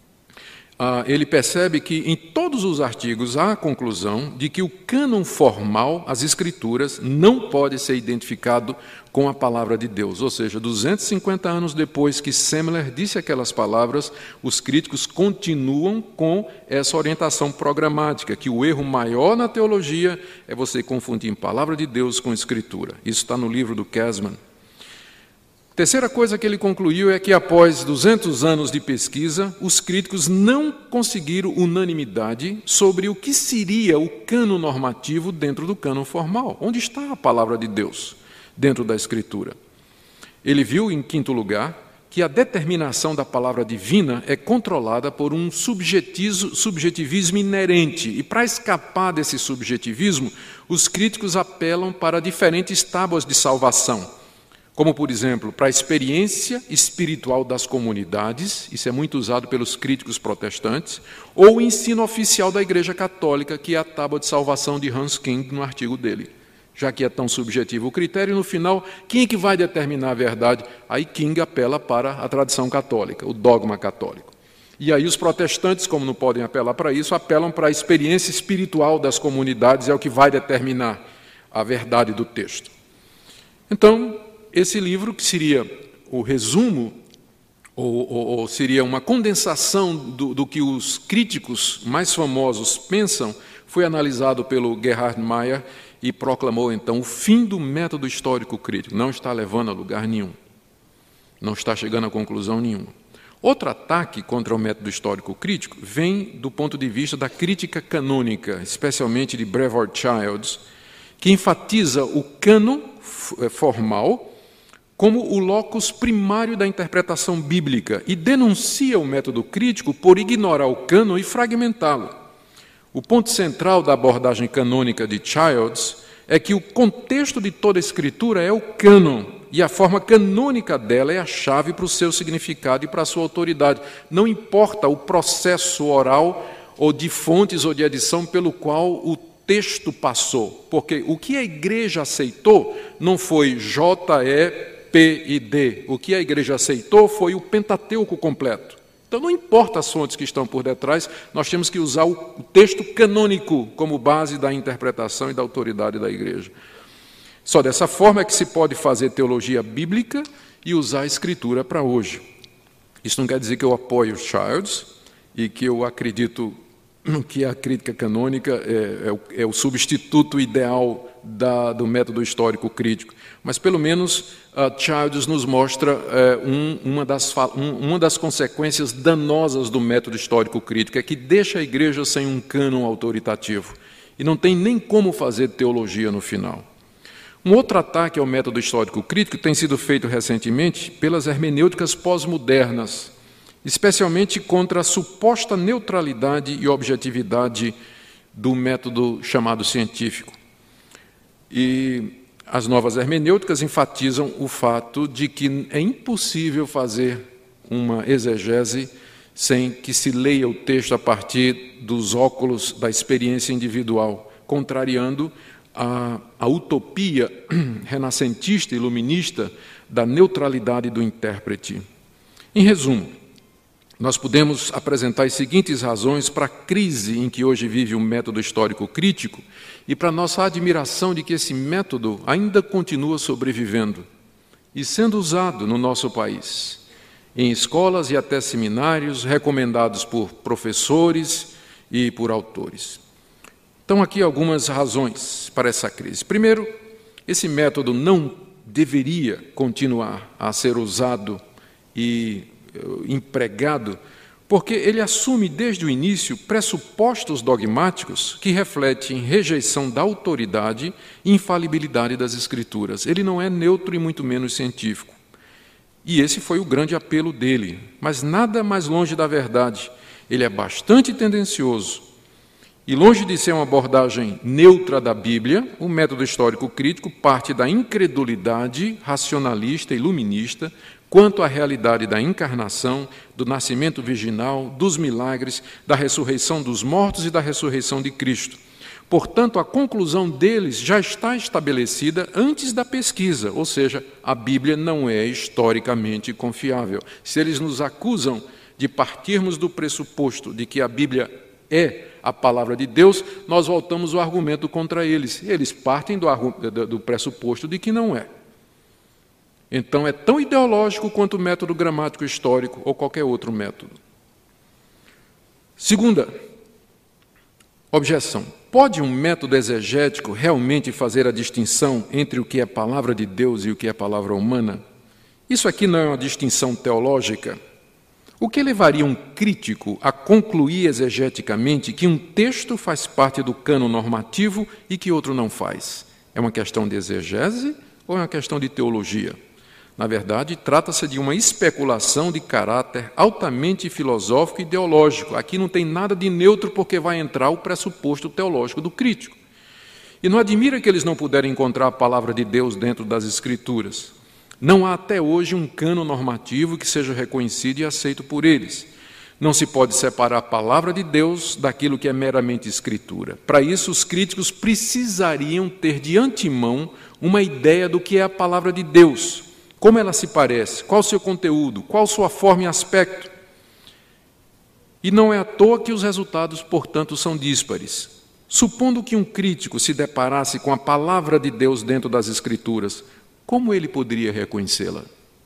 ele percebe que em todos os artigos há a conclusão de que o cânon formal, as Escrituras, não pode ser identificado com a palavra de Deus. Ou seja, 250 anos depois que Semler disse aquelas palavras, os críticos continuam com essa orientação programática, que o erro maior na teologia é você confundir palavra de Deus com Escritura. Isso está no livro do Käsman. Terceira coisa que ele concluiu é que, após 200 anos de pesquisa, os críticos não conseguiram unanimidade sobre o que seria o cânon normativo dentro do cânon formal. Onde está a palavra de Deus dentro da Escritura? Ele viu, em quinto lugar, que a determinação da palavra divina é controlada por um subjetivismo inerente. E, para escapar desse subjetivismo, os críticos apelam para diferentes tábuas de salvação, como, por exemplo, para a experiência espiritual das comunidades, isso é muito usado pelos críticos protestantes, ou o ensino oficial da Igreja Católica, que é a tábua de salvação de Hans King, no artigo dele. Já que é tão subjetivo o critério, no final, quem é que vai determinar a verdade? Aí King apela para a tradição católica, o dogma católico. E aí os protestantes, como não podem apelar para isso, apelam para a experiência espiritual das comunidades, é o que vai determinar a verdade do texto. Então, esse livro, que seria o resumo, ou seria uma condensação do que os críticos mais famosos pensam, foi analisado pelo Gerhard Meyer e proclamou, então, o fim do método histórico crítico. Não está levando a lugar nenhum. Não está chegando a conclusão nenhuma. Outro ataque contra o método histórico crítico vem do ponto de vista da crítica canônica, especialmente de Brevard Childs, que enfatiza o cânon formal como o locus primário da interpretação bíblica e denuncia o método crítico por ignorar o cânon e fragmentá-lo. O ponto central da abordagem canônica de Childs é que o contexto de toda a Escritura é o cânon, e a forma canônica dela é a chave para o seu significado e para a sua autoridade. Não importa o processo oral ou de fontes ou de edição pelo qual o texto passou, porque o que a igreja aceitou não foi J, E, P e D. O que a igreja aceitou foi o Pentateuco completo. Então, não importa as fontes que estão por detrás, nós temos que usar o texto canônico como base da interpretação e da autoridade da igreja. Só dessa forma é que se pode fazer teologia bíblica e usar a Escritura para hoje. Isso não quer dizer que eu apoio Childs e que eu acredito que a crítica canônica é o substituto ideal do método histórico crítico. Mas, pelo menos, Childs nos mostra uma das consequências danosas do método histórico crítico, é que deixa a igreja sem um cânon autoritativo. E não tem nem como fazer teologia no final. Um outro ataque ao método histórico crítico tem sido feito recentemente pelas hermenêuticas pós-modernas, especialmente contra a suposta neutralidade e objetividade do método chamado científico. E as novas hermenêuticas enfatizam o fato de que é impossível fazer uma exegese sem que se leia o texto a partir dos óculos da experiência individual, contrariando a utopia renascentista e iluminista da neutralidade do intérprete. Em resumo, nós podemos apresentar as seguintes razões para a crise em que hoje vive o método histórico crítico e para a nossa admiração de que esse método ainda continua sobrevivendo e sendo usado no nosso país, em escolas e até seminários recomendados por professores e por autores. Então, aqui algumas razões para essa crise. Primeiro, esse método não deveria continuar a ser usado e empregado, porque ele assume desde o início pressupostos dogmáticos que refletem rejeição da autoridade e infalibilidade das Escrituras. Ele não é neutro e muito menos científico. E esse foi o grande apelo dele, mas nada mais longe da verdade. Ele é bastante tendencioso. E longe de ser uma abordagem neutra da Bíblia, o método histórico crítico parte da incredulidade racionalista e iluminista quanto à realidade da encarnação, do nascimento virginal, dos milagres, da ressurreição dos mortos e da ressurreição de Cristo. Portanto, a conclusão deles já está estabelecida antes da pesquisa, ou seja, a Bíblia não é historicamente confiável. Se eles nos acusam de partirmos do pressuposto de que a Bíblia é a palavra de Deus, nós voltamos o argumento contra eles. Eles partem do pressuposto de que não é. Então, é tão ideológico quanto o método gramático histórico ou qualquer outro método. Segunda objeção. Pode um método exegético realmente fazer a distinção entre o que é palavra de Deus e o que é palavra humana? Isso aqui não é uma distinção teológica. O que levaria um crítico a concluir exegeticamente que um texto faz parte do cânon normativo e que outro não faz? É uma questão de exegese ou é uma questão de teologia? Na verdade, trata-se de uma especulação de caráter altamente filosófico e ideológico. Aqui não tem nada de neutro porque vai entrar o pressuposto teológico do crítico. E não admira que eles não puderam encontrar a palavra de Deus dentro das Escrituras. Não há até hoje um cânon normativo que seja reconhecido e aceito por eles. Não se pode separar a palavra de Deus daquilo que é meramente Escritura. Para isso, os críticos precisariam ter de antemão uma ideia do que é a palavra de Deus, como ela se parece, qual o seu conteúdo, qual sua forma e aspecto. E não é à toa que os resultados, portanto, são díspares. Supondo que um crítico se deparasse com a palavra de Deus dentro das Escrituras, como ele poderia reconhecê-la?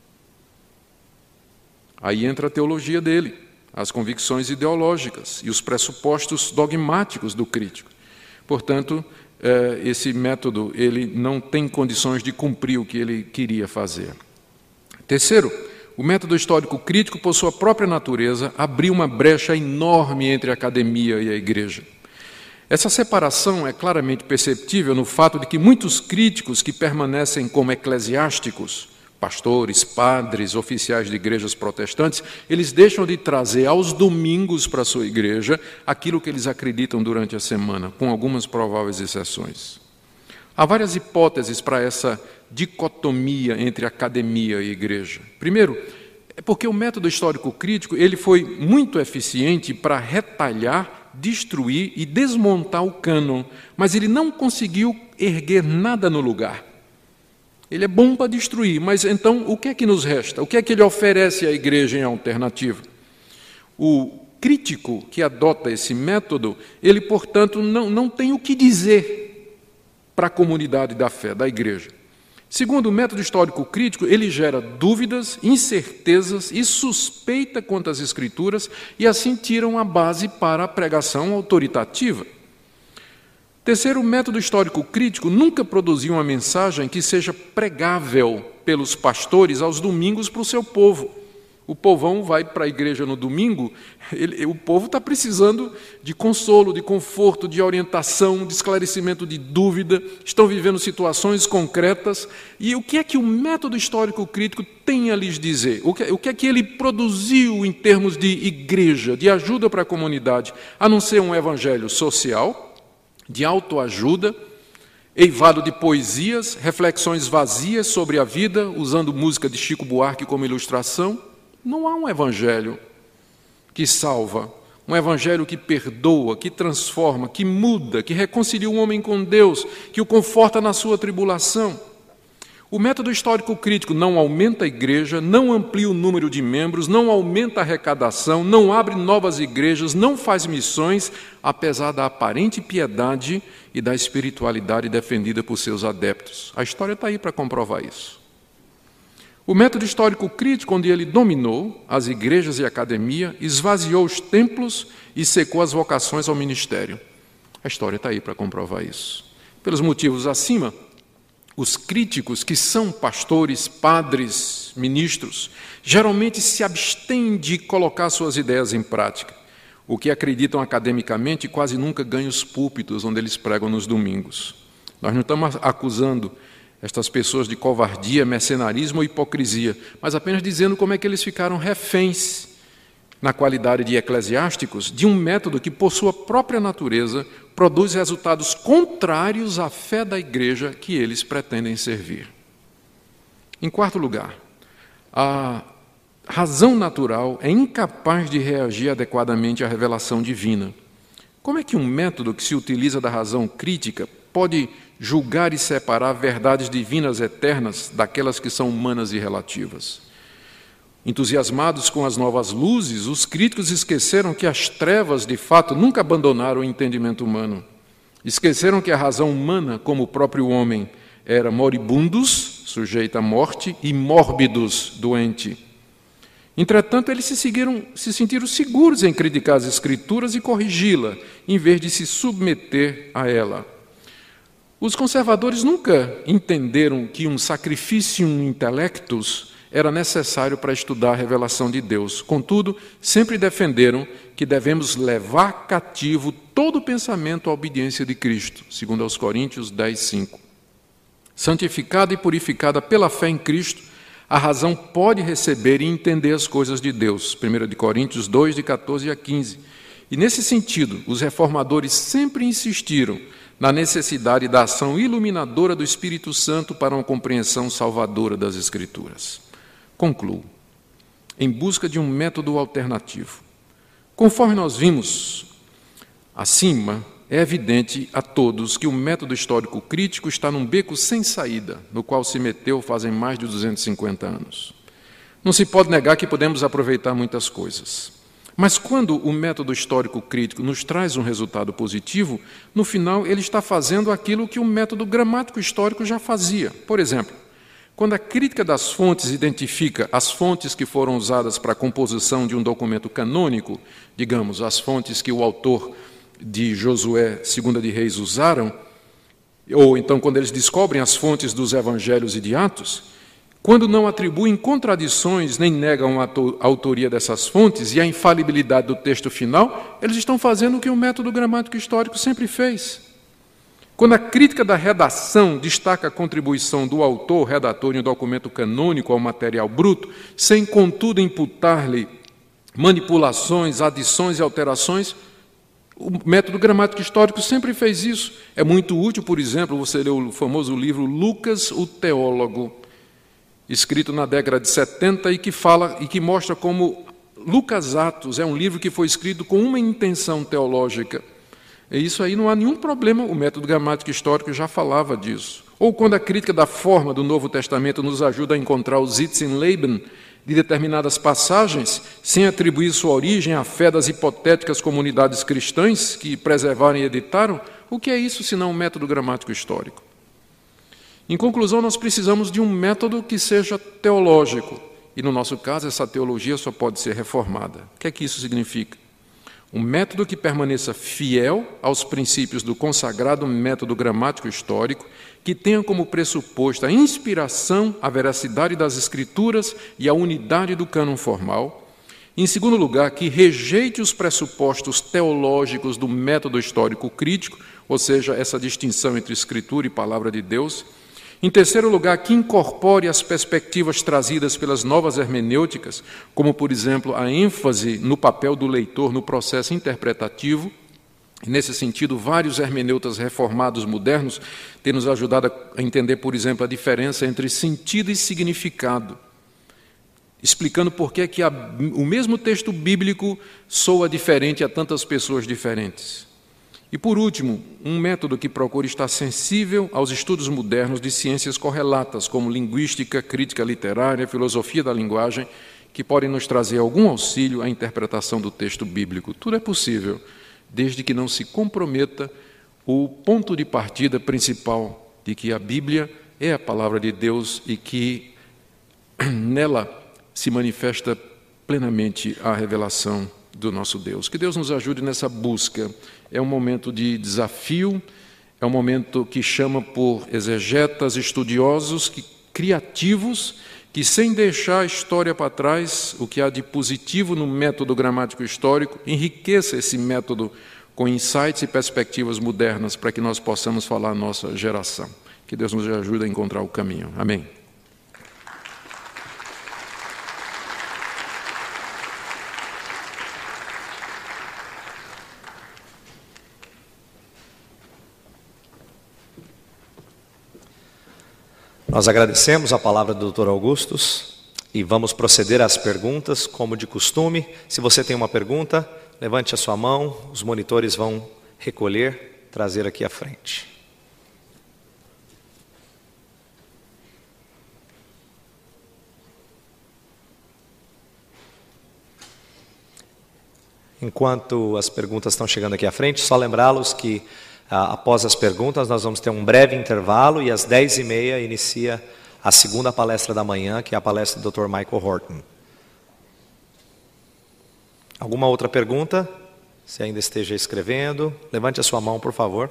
Aí entra a teologia dele, as convicções ideológicas e os pressupostos dogmáticos do crítico. Portanto, esse método ele não tem condições de cumprir o que ele queria fazer. Terceiro, o método histórico crítico, por sua própria natureza, abriu uma brecha enorme entre a academia e a igreja. Essa separação é claramente perceptível no fato de que muitos críticos que permanecem como eclesiásticos, pastores, padres, oficiais de igrejas protestantes, eles deixam de trazer aos domingos para a sua igreja aquilo que eles acreditam durante a semana, com algumas prováveis exceções. Há várias hipóteses para essa dicotomia entre academia e igreja. Primeiro, é porque o método histórico crítico ele foi muito eficiente para retalhar, destruir e desmontar o cânon, mas ele não conseguiu erguer nada no lugar. Ele é bom para destruir, mas então o que é que nos resta? O que é que ele oferece à igreja em alternativa? O crítico que adota esse método, ele, portanto, não tem o que dizer para a comunidade da fé, da igreja. Segundo o método histórico crítico, ele gera dúvidas, incertezas e suspeita quanto às Escrituras e assim tira uma base para a pregação autoritativa. Terceiro, o método histórico crítico nunca produziu uma mensagem que seja pregável pelos pastores aos domingos para o seu povo. O povão vai para a igreja no domingo, o povo está precisando de consolo, de conforto, de orientação, de esclarecimento de dúvida, estão vivendo situações concretas. E o que é que o método histórico crítico tem a lhes dizer? O que é que ele produziu em termos de igreja, de ajuda para a comunidade, a não ser um evangelho social, de autoajuda, eivado de poesias, reflexões vazias sobre a vida, usando música de Chico Buarque como ilustração? Não há um evangelho que salva, um evangelho que perdoa, que transforma, que muda, que reconcilia o homem com Deus, que o conforta na sua tribulação. O método histórico crítico não aumenta a igreja, não amplia o número de membros, não aumenta a arrecadação, não abre novas igrejas, não faz missões, apesar da aparente piedade e da espiritualidade defendida por seus adeptos. A história está aí para comprovar isso. O método histórico crítico, onde ele dominou as igrejas e a academia, esvaziou os templos e secou as vocações ao ministério. A história está aí para comprovar isso. Pelos motivos acima, os críticos, que são pastores, padres, ministros, geralmente se abstêm de colocar suas ideias em prática. O que acreditam academicamente quase nunca ganha os púlpitos onde eles pregam nos domingos. Nós não estamos acusando estas pessoas de covardia, mercenarismo ou hipocrisia, mas apenas dizendo como é que eles ficaram reféns, na qualidade de eclesiásticos, de um método que, por sua própria natureza, produz resultados contrários à fé da igreja que eles pretendem servir. Em quarto lugar, a razão natural é incapaz de reagir adequadamente à revelação divina. Como é que um método que se utiliza da razão crítica pode julgar e separar verdades divinas eternas daquelas que são humanas e relativas? Entusiasmados com as novas luzes, os críticos esqueceram que as trevas, de fato, nunca abandonaram o entendimento humano. Esqueceram que a razão humana, como o próprio homem, era moribundus, sujeita à morte, e mórbidos, doente. Entretanto, eles se sentiram seguros em criticar as Escrituras e corrigi-la, em vez de se submeter a ela. Os conservadores nunca entenderam que um sacrificium intellectus era necessário para estudar a revelação de Deus. Contudo, sempre defenderam que devemos levar cativo todo o pensamento à obediência de Cristo, segundo aos Coríntios 10:5. Santificada e purificada pela fé em Cristo, a razão pode receber e entender as coisas de Deus, 1 Coríntios 2, de 14 a 15. E, nesse sentido, os reformadores sempre insistiram na necessidade da ação iluminadora do Espírito Santo para uma compreensão salvadora das Escrituras. Concluo. Em busca de um método alternativo. Conforme nós vimos acima, é evidente a todos que o método histórico crítico está num beco sem saída, no qual se meteu fazem mais de 250 anos. Não se pode negar que podemos aproveitar muitas coisas. Mas quando o método histórico crítico nos traz um resultado positivo, no final ele está fazendo aquilo que o método gramático histórico já fazia. Por exemplo, quando a crítica das fontes identifica as fontes que foram usadas para a composição de um documento canônico, digamos, as fontes que o autor de Josué, 2 de Reis, usaram, ou então quando eles descobrem as fontes dos evangelhos e de Atos, quando não atribuem contradições nem negam a autoria dessas fontes e a infalibilidade do texto final, eles estão fazendo o que o método gramático histórico sempre fez. Quando a crítica da redação destaca a contribuição do autor, redator em um documento canônico ao material bruto, sem, contudo, imputar-lhe manipulações, adições e alterações, o método gramático histórico sempre fez isso. É muito útil, por exemplo, você lê o famoso livro Lucas, o Teólogo, escrito na década de 70 e que mostra como Lucas Atos é um livro que foi escrito com uma intenção teológica. E isso aí não há nenhum problema, o método gramático histórico já falava disso. Ou quando a crítica da forma do Novo Testamento nos ajuda a encontrar o Sitzenleben de determinadas passagens, sem atribuir sua origem à fé das hipotéticas comunidades cristãs que preservaram e editaram, o que é isso senão um método gramático histórico? Em conclusão, nós precisamos de um método que seja teológico, e no nosso caso essa teologia só pode ser reformada. O que é que isso significa? Um método que permaneça fiel aos princípios do consagrado método gramático histórico, que tenha como pressuposto a inspiração, a veracidade das Escrituras e a unidade do cânon formal. Em segundo lugar, que rejeite os pressupostos teológicos do método histórico crítico, ou seja, essa distinção entre Escritura e Palavra de Deus. Em terceiro lugar, que incorpore as perspectivas trazidas pelas novas hermenêuticas, como, por exemplo, a ênfase no papel do leitor no processo interpretativo. Nesse sentido, vários hermeneutas reformados modernos têm nos ajudado a entender, por exemplo, a diferença entre sentido e significado, explicando por que o mesmo texto bíblico soa diferente a tantas pessoas diferentes. E, por último, um método que procura estar sensível aos estudos modernos de ciências correlatas, como linguística, crítica literária, filosofia da linguagem, que podem nos trazer algum auxílio à interpretação do texto bíblico. Tudo é possível, desde que não se comprometa o ponto de partida principal de que a Bíblia é a palavra de Deus e que nela se manifesta plenamente a revelação do nosso Deus. Que Deus nos ajude nessa busca. É um momento de desafio, é um momento que chama por exegetas estudiosos, criativos, que sem deixar a história para trás, o que há de positivo no método gramático histórico, enriqueça esse método com insights e perspectivas modernas para que nós possamos falar a nossa geração. Que Deus nos ajude a encontrar o caminho. Amém. Nós agradecemos a palavra do Dr. Augustus e vamos proceder às perguntas, como de costume. Se você tem uma pergunta, levante a sua mão, os monitores vão recolher, trazer aqui à frente. Enquanto as perguntas estão chegando aqui à frente, só lembrá-los que após as perguntas, nós vamos ter um breve intervalo e às 10h30 inicia a segunda palestra da manhã, que é a palestra do Dr. Michael Horton. Alguma outra pergunta? Se ainda esteja escrevendo, levante a sua mão, por favor.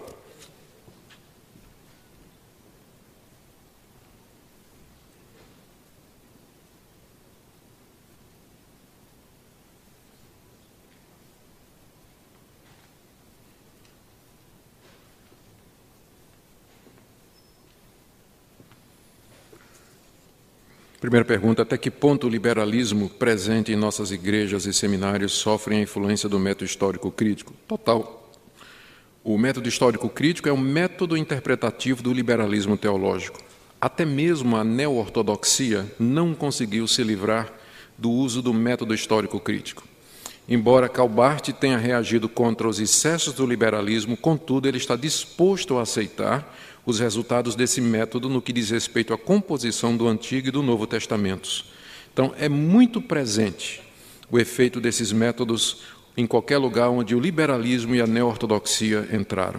Primeira pergunta: até que ponto o liberalismo presente em nossas igrejas e seminários sofre a influência do método histórico crítico? Total. O método histórico crítico é um método interpretativo do liberalismo teológico. Até mesmo a neo-ortodoxia não conseguiu se livrar do uso do método histórico crítico. Embora Calbart tenha reagido contra os excessos do liberalismo, contudo, ele está disposto a aceitar os resultados desse método no que diz respeito à composição do Antigo e do Novo Testamentos. Então, é muito presente o efeito desses métodos em qualquer lugar onde o liberalismo e a neo-ortodoxia entraram.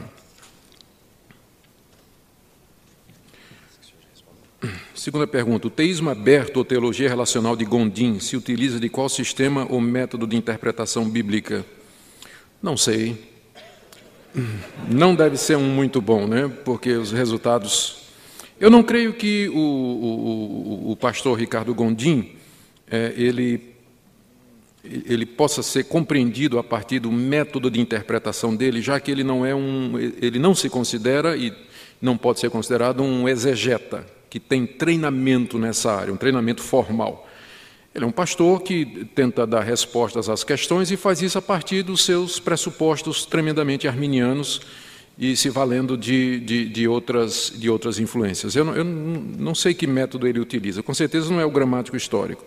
Segunda pergunta: o teísmo aberto ou teologia relacional de Gondim se utiliza de qual sistema ou método de interpretação bíblica? Não sei. Não deve ser um muito bom, né? Porque os resultados... Eu não creio que o pastor Ricardo Gondim, ele possa ser compreendido a partir do método de interpretação dele, já que ele não se considera e não pode ser considerado um exegeta, que tem treinamento nessa área, um treinamento formal. Ele é um pastor que tenta dar respostas às questões e faz isso a partir dos seus pressupostos tremendamente arminianos e se valendo de outras influências. Eu não sei que método ele utiliza, com certeza não é o gramático histórico.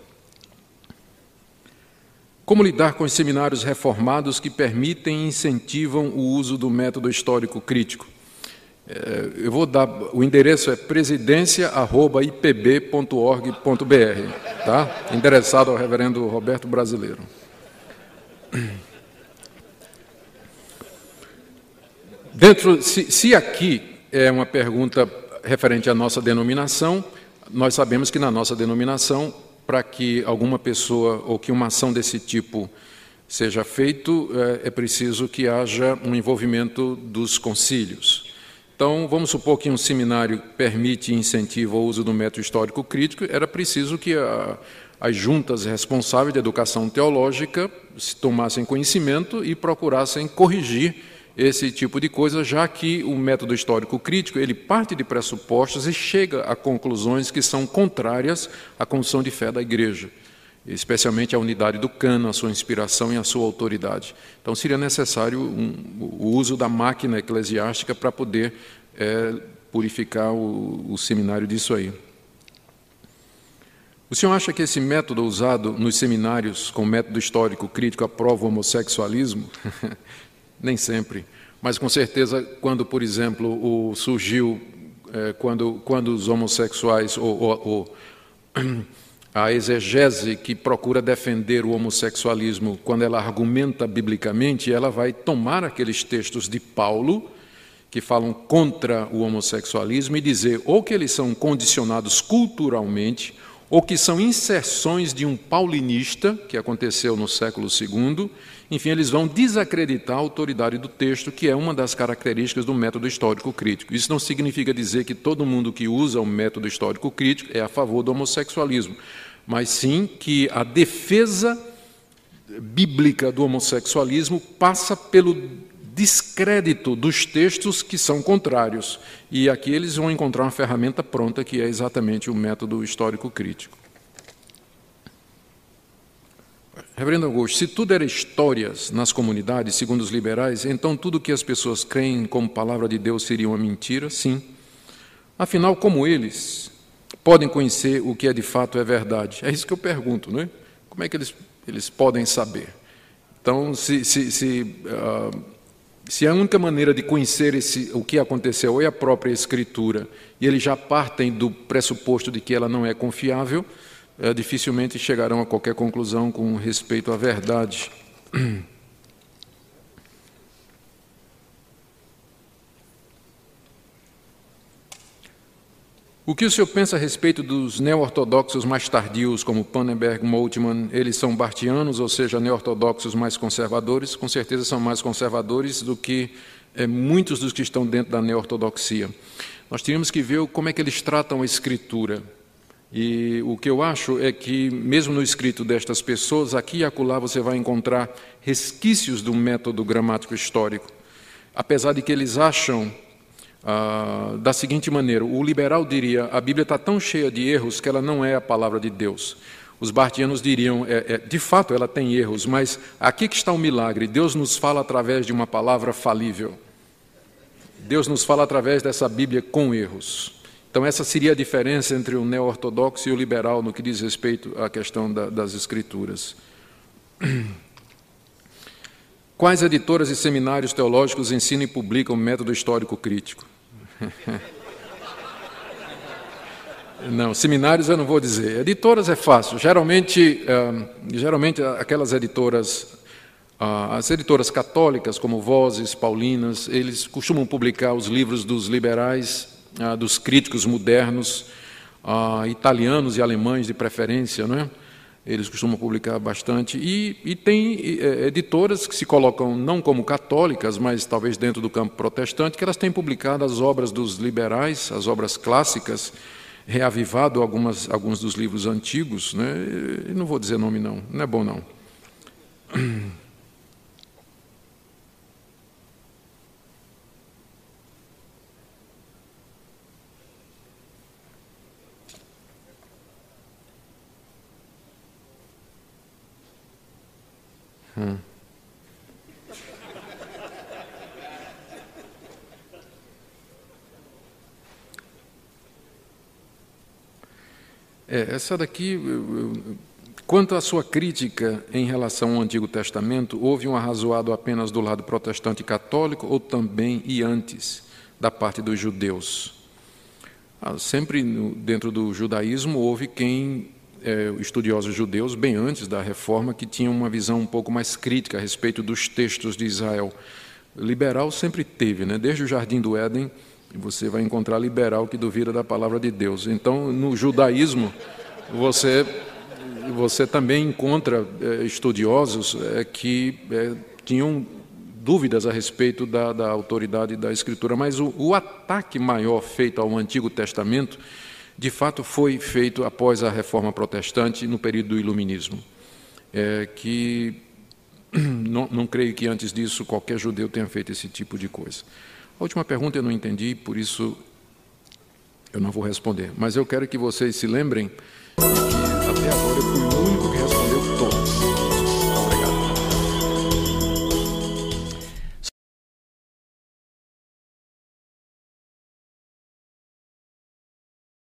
Como lidar com os seminários reformados que permitem e incentivam o uso do método histórico crítico? Eu vou dar, o endereço é presidencia@ipb.org.br, tá? Endereçado ao reverendo Roberto Brasileiro. Se aqui é uma pergunta referente à nossa denominação, nós sabemos que na nossa denominação, para que alguma pessoa ou que uma ação desse tipo seja feito, é preciso que haja um envolvimento dos concílios. Então, vamos supor que um seminário permite e incentiva o uso do método histórico crítico, era preciso que as juntas responsáveis de educação teológica se tomassem conhecimento e procurassem corrigir esse tipo de coisa, já que o método histórico crítico ele parte de pressupostos e chega a conclusões que são contrárias à confissão de fé da Igreja, especialmente a unidade do cânon, a sua inspiração e a sua autoridade. Então, seria necessário o uso da máquina eclesiástica para poder purificar o seminário disso aí. O senhor acha que esse método usado nos seminários, com método histórico crítico, aprova o homossexualismo? Nem sempre. Mas, com certeza, quando, por exemplo, surgiu, quando os homossexuais, a exegese que procura defender o homossexualismo, quando ela argumenta biblicamente, ela vai tomar aqueles textos de Paulo, que falam contra o homossexualismo, e dizer ou que eles são condicionados culturalmente, ou que são inserções de um paulinista, que aconteceu no século II. Enfim, eles vão desacreditar a autoridade do texto, que é uma das características do método histórico crítico. Isso não significa dizer que todo mundo que usa o método histórico crítico é a favor do homossexualismo, mas sim que a defesa bíblica do homossexualismo passa pelo descrédito dos textos que são contrários. E aqui eles vão encontrar uma ferramenta pronta, que é exatamente o método histórico crítico. Reverendo Augusto, se tudo era histórias nas comunidades, segundo os liberais, então tudo que as pessoas creem como palavra de Deus seria uma mentira? Sim. Afinal, como eles podem conhecer o que é de fato é verdade? É isso que eu pergunto, não é? Como é que eles podem saber? Então, se a única maneira de conhecer o que aconteceu é a própria Escritura, e eles já partem do pressuposto de que ela não é confiável, dificilmente chegarão a qualquer conclusão com respeito à verdade. O que o senhor pensa a respeito dos neo-ortodoxos mais tardios, como Pannenberg, Moltmann? Eles são bartianos, ou seja, neo-ortodoxos mais conservadores? Com certeza são mais conservadores do que muitos dos que estão dentro da neo-ortodoxia. Nós teríamos que ver como é que eles tratam a Escritura. E o que eu acho é que, mesmo no escrito destas pessoas, aqui e acolá você vai encontrar resquícios do método gramático histórico. Apesar de que eles acham da seguinte maneira: o liberal diria, a Bíblia está tão cheia de erros que ela não é a palavra de Deus. Os bartianos diriam, de fato ela tem erros, mas aqui que está o milagre, Deus nos fala através de uma palavra falível. Deus nos fala através dessa Bíblia com erros. Então essa seria a diferença entre o neo-ortodoxo e o liberal no que diz respeito à questão das Escrituras. Quais editoras e seminários teológicos ensinam e publicam o método histórico crítico? Não, seminários eu não vou dizer. Editoras é fácil. Geralmente aquelas editoras, as editoras católicas, como Vozes, Paulinas, eles costumam publicar os livros dos liberais, dos críticos modernos, italianos e alemães de preferência, não é? Eles costumam publicar bastante, e tem editoras que se colocam não como católicas, mas talvez dentro do campo protestante, que elas têm publicado as obras dos liberais, as obras clássicas, reavivado alguns dos livros antigos, né? Eu não vou dizer nome não é bom não. Essa daqui, quanto à sua crítica em relação ao Antigo Testamento, houve um arrazoado apenas do lado protestante e católico ou também e antes da parte dos judeus? Sempre dentro do judaísmo houve estudiosos judeus, bem antes da Reforma, que tinham uma visão um pouco mais crítica a respeito dos textos de Israel. Liberal sempre teve, né? Desde o Jardim do Éden, você vai encontrar liberal que duvida da palavra de Deus. Então, no judaísmo, você você também encontra estudiosos que tinham dúvidas a respeito da autoridade da Escritura, mas o ataque maior feito ao Antigo Testamento, de fato, foi feito após a Reforma Protestante, no período do Iluminismo, que não creio que antes disso qualquer judeu tenha feito esse tipo de coisa. A última pergunta eu não entendi, por isso eu não vou responder, mas eu quero que vocês se lembrem que até agora eu fui o único que respondeu todas.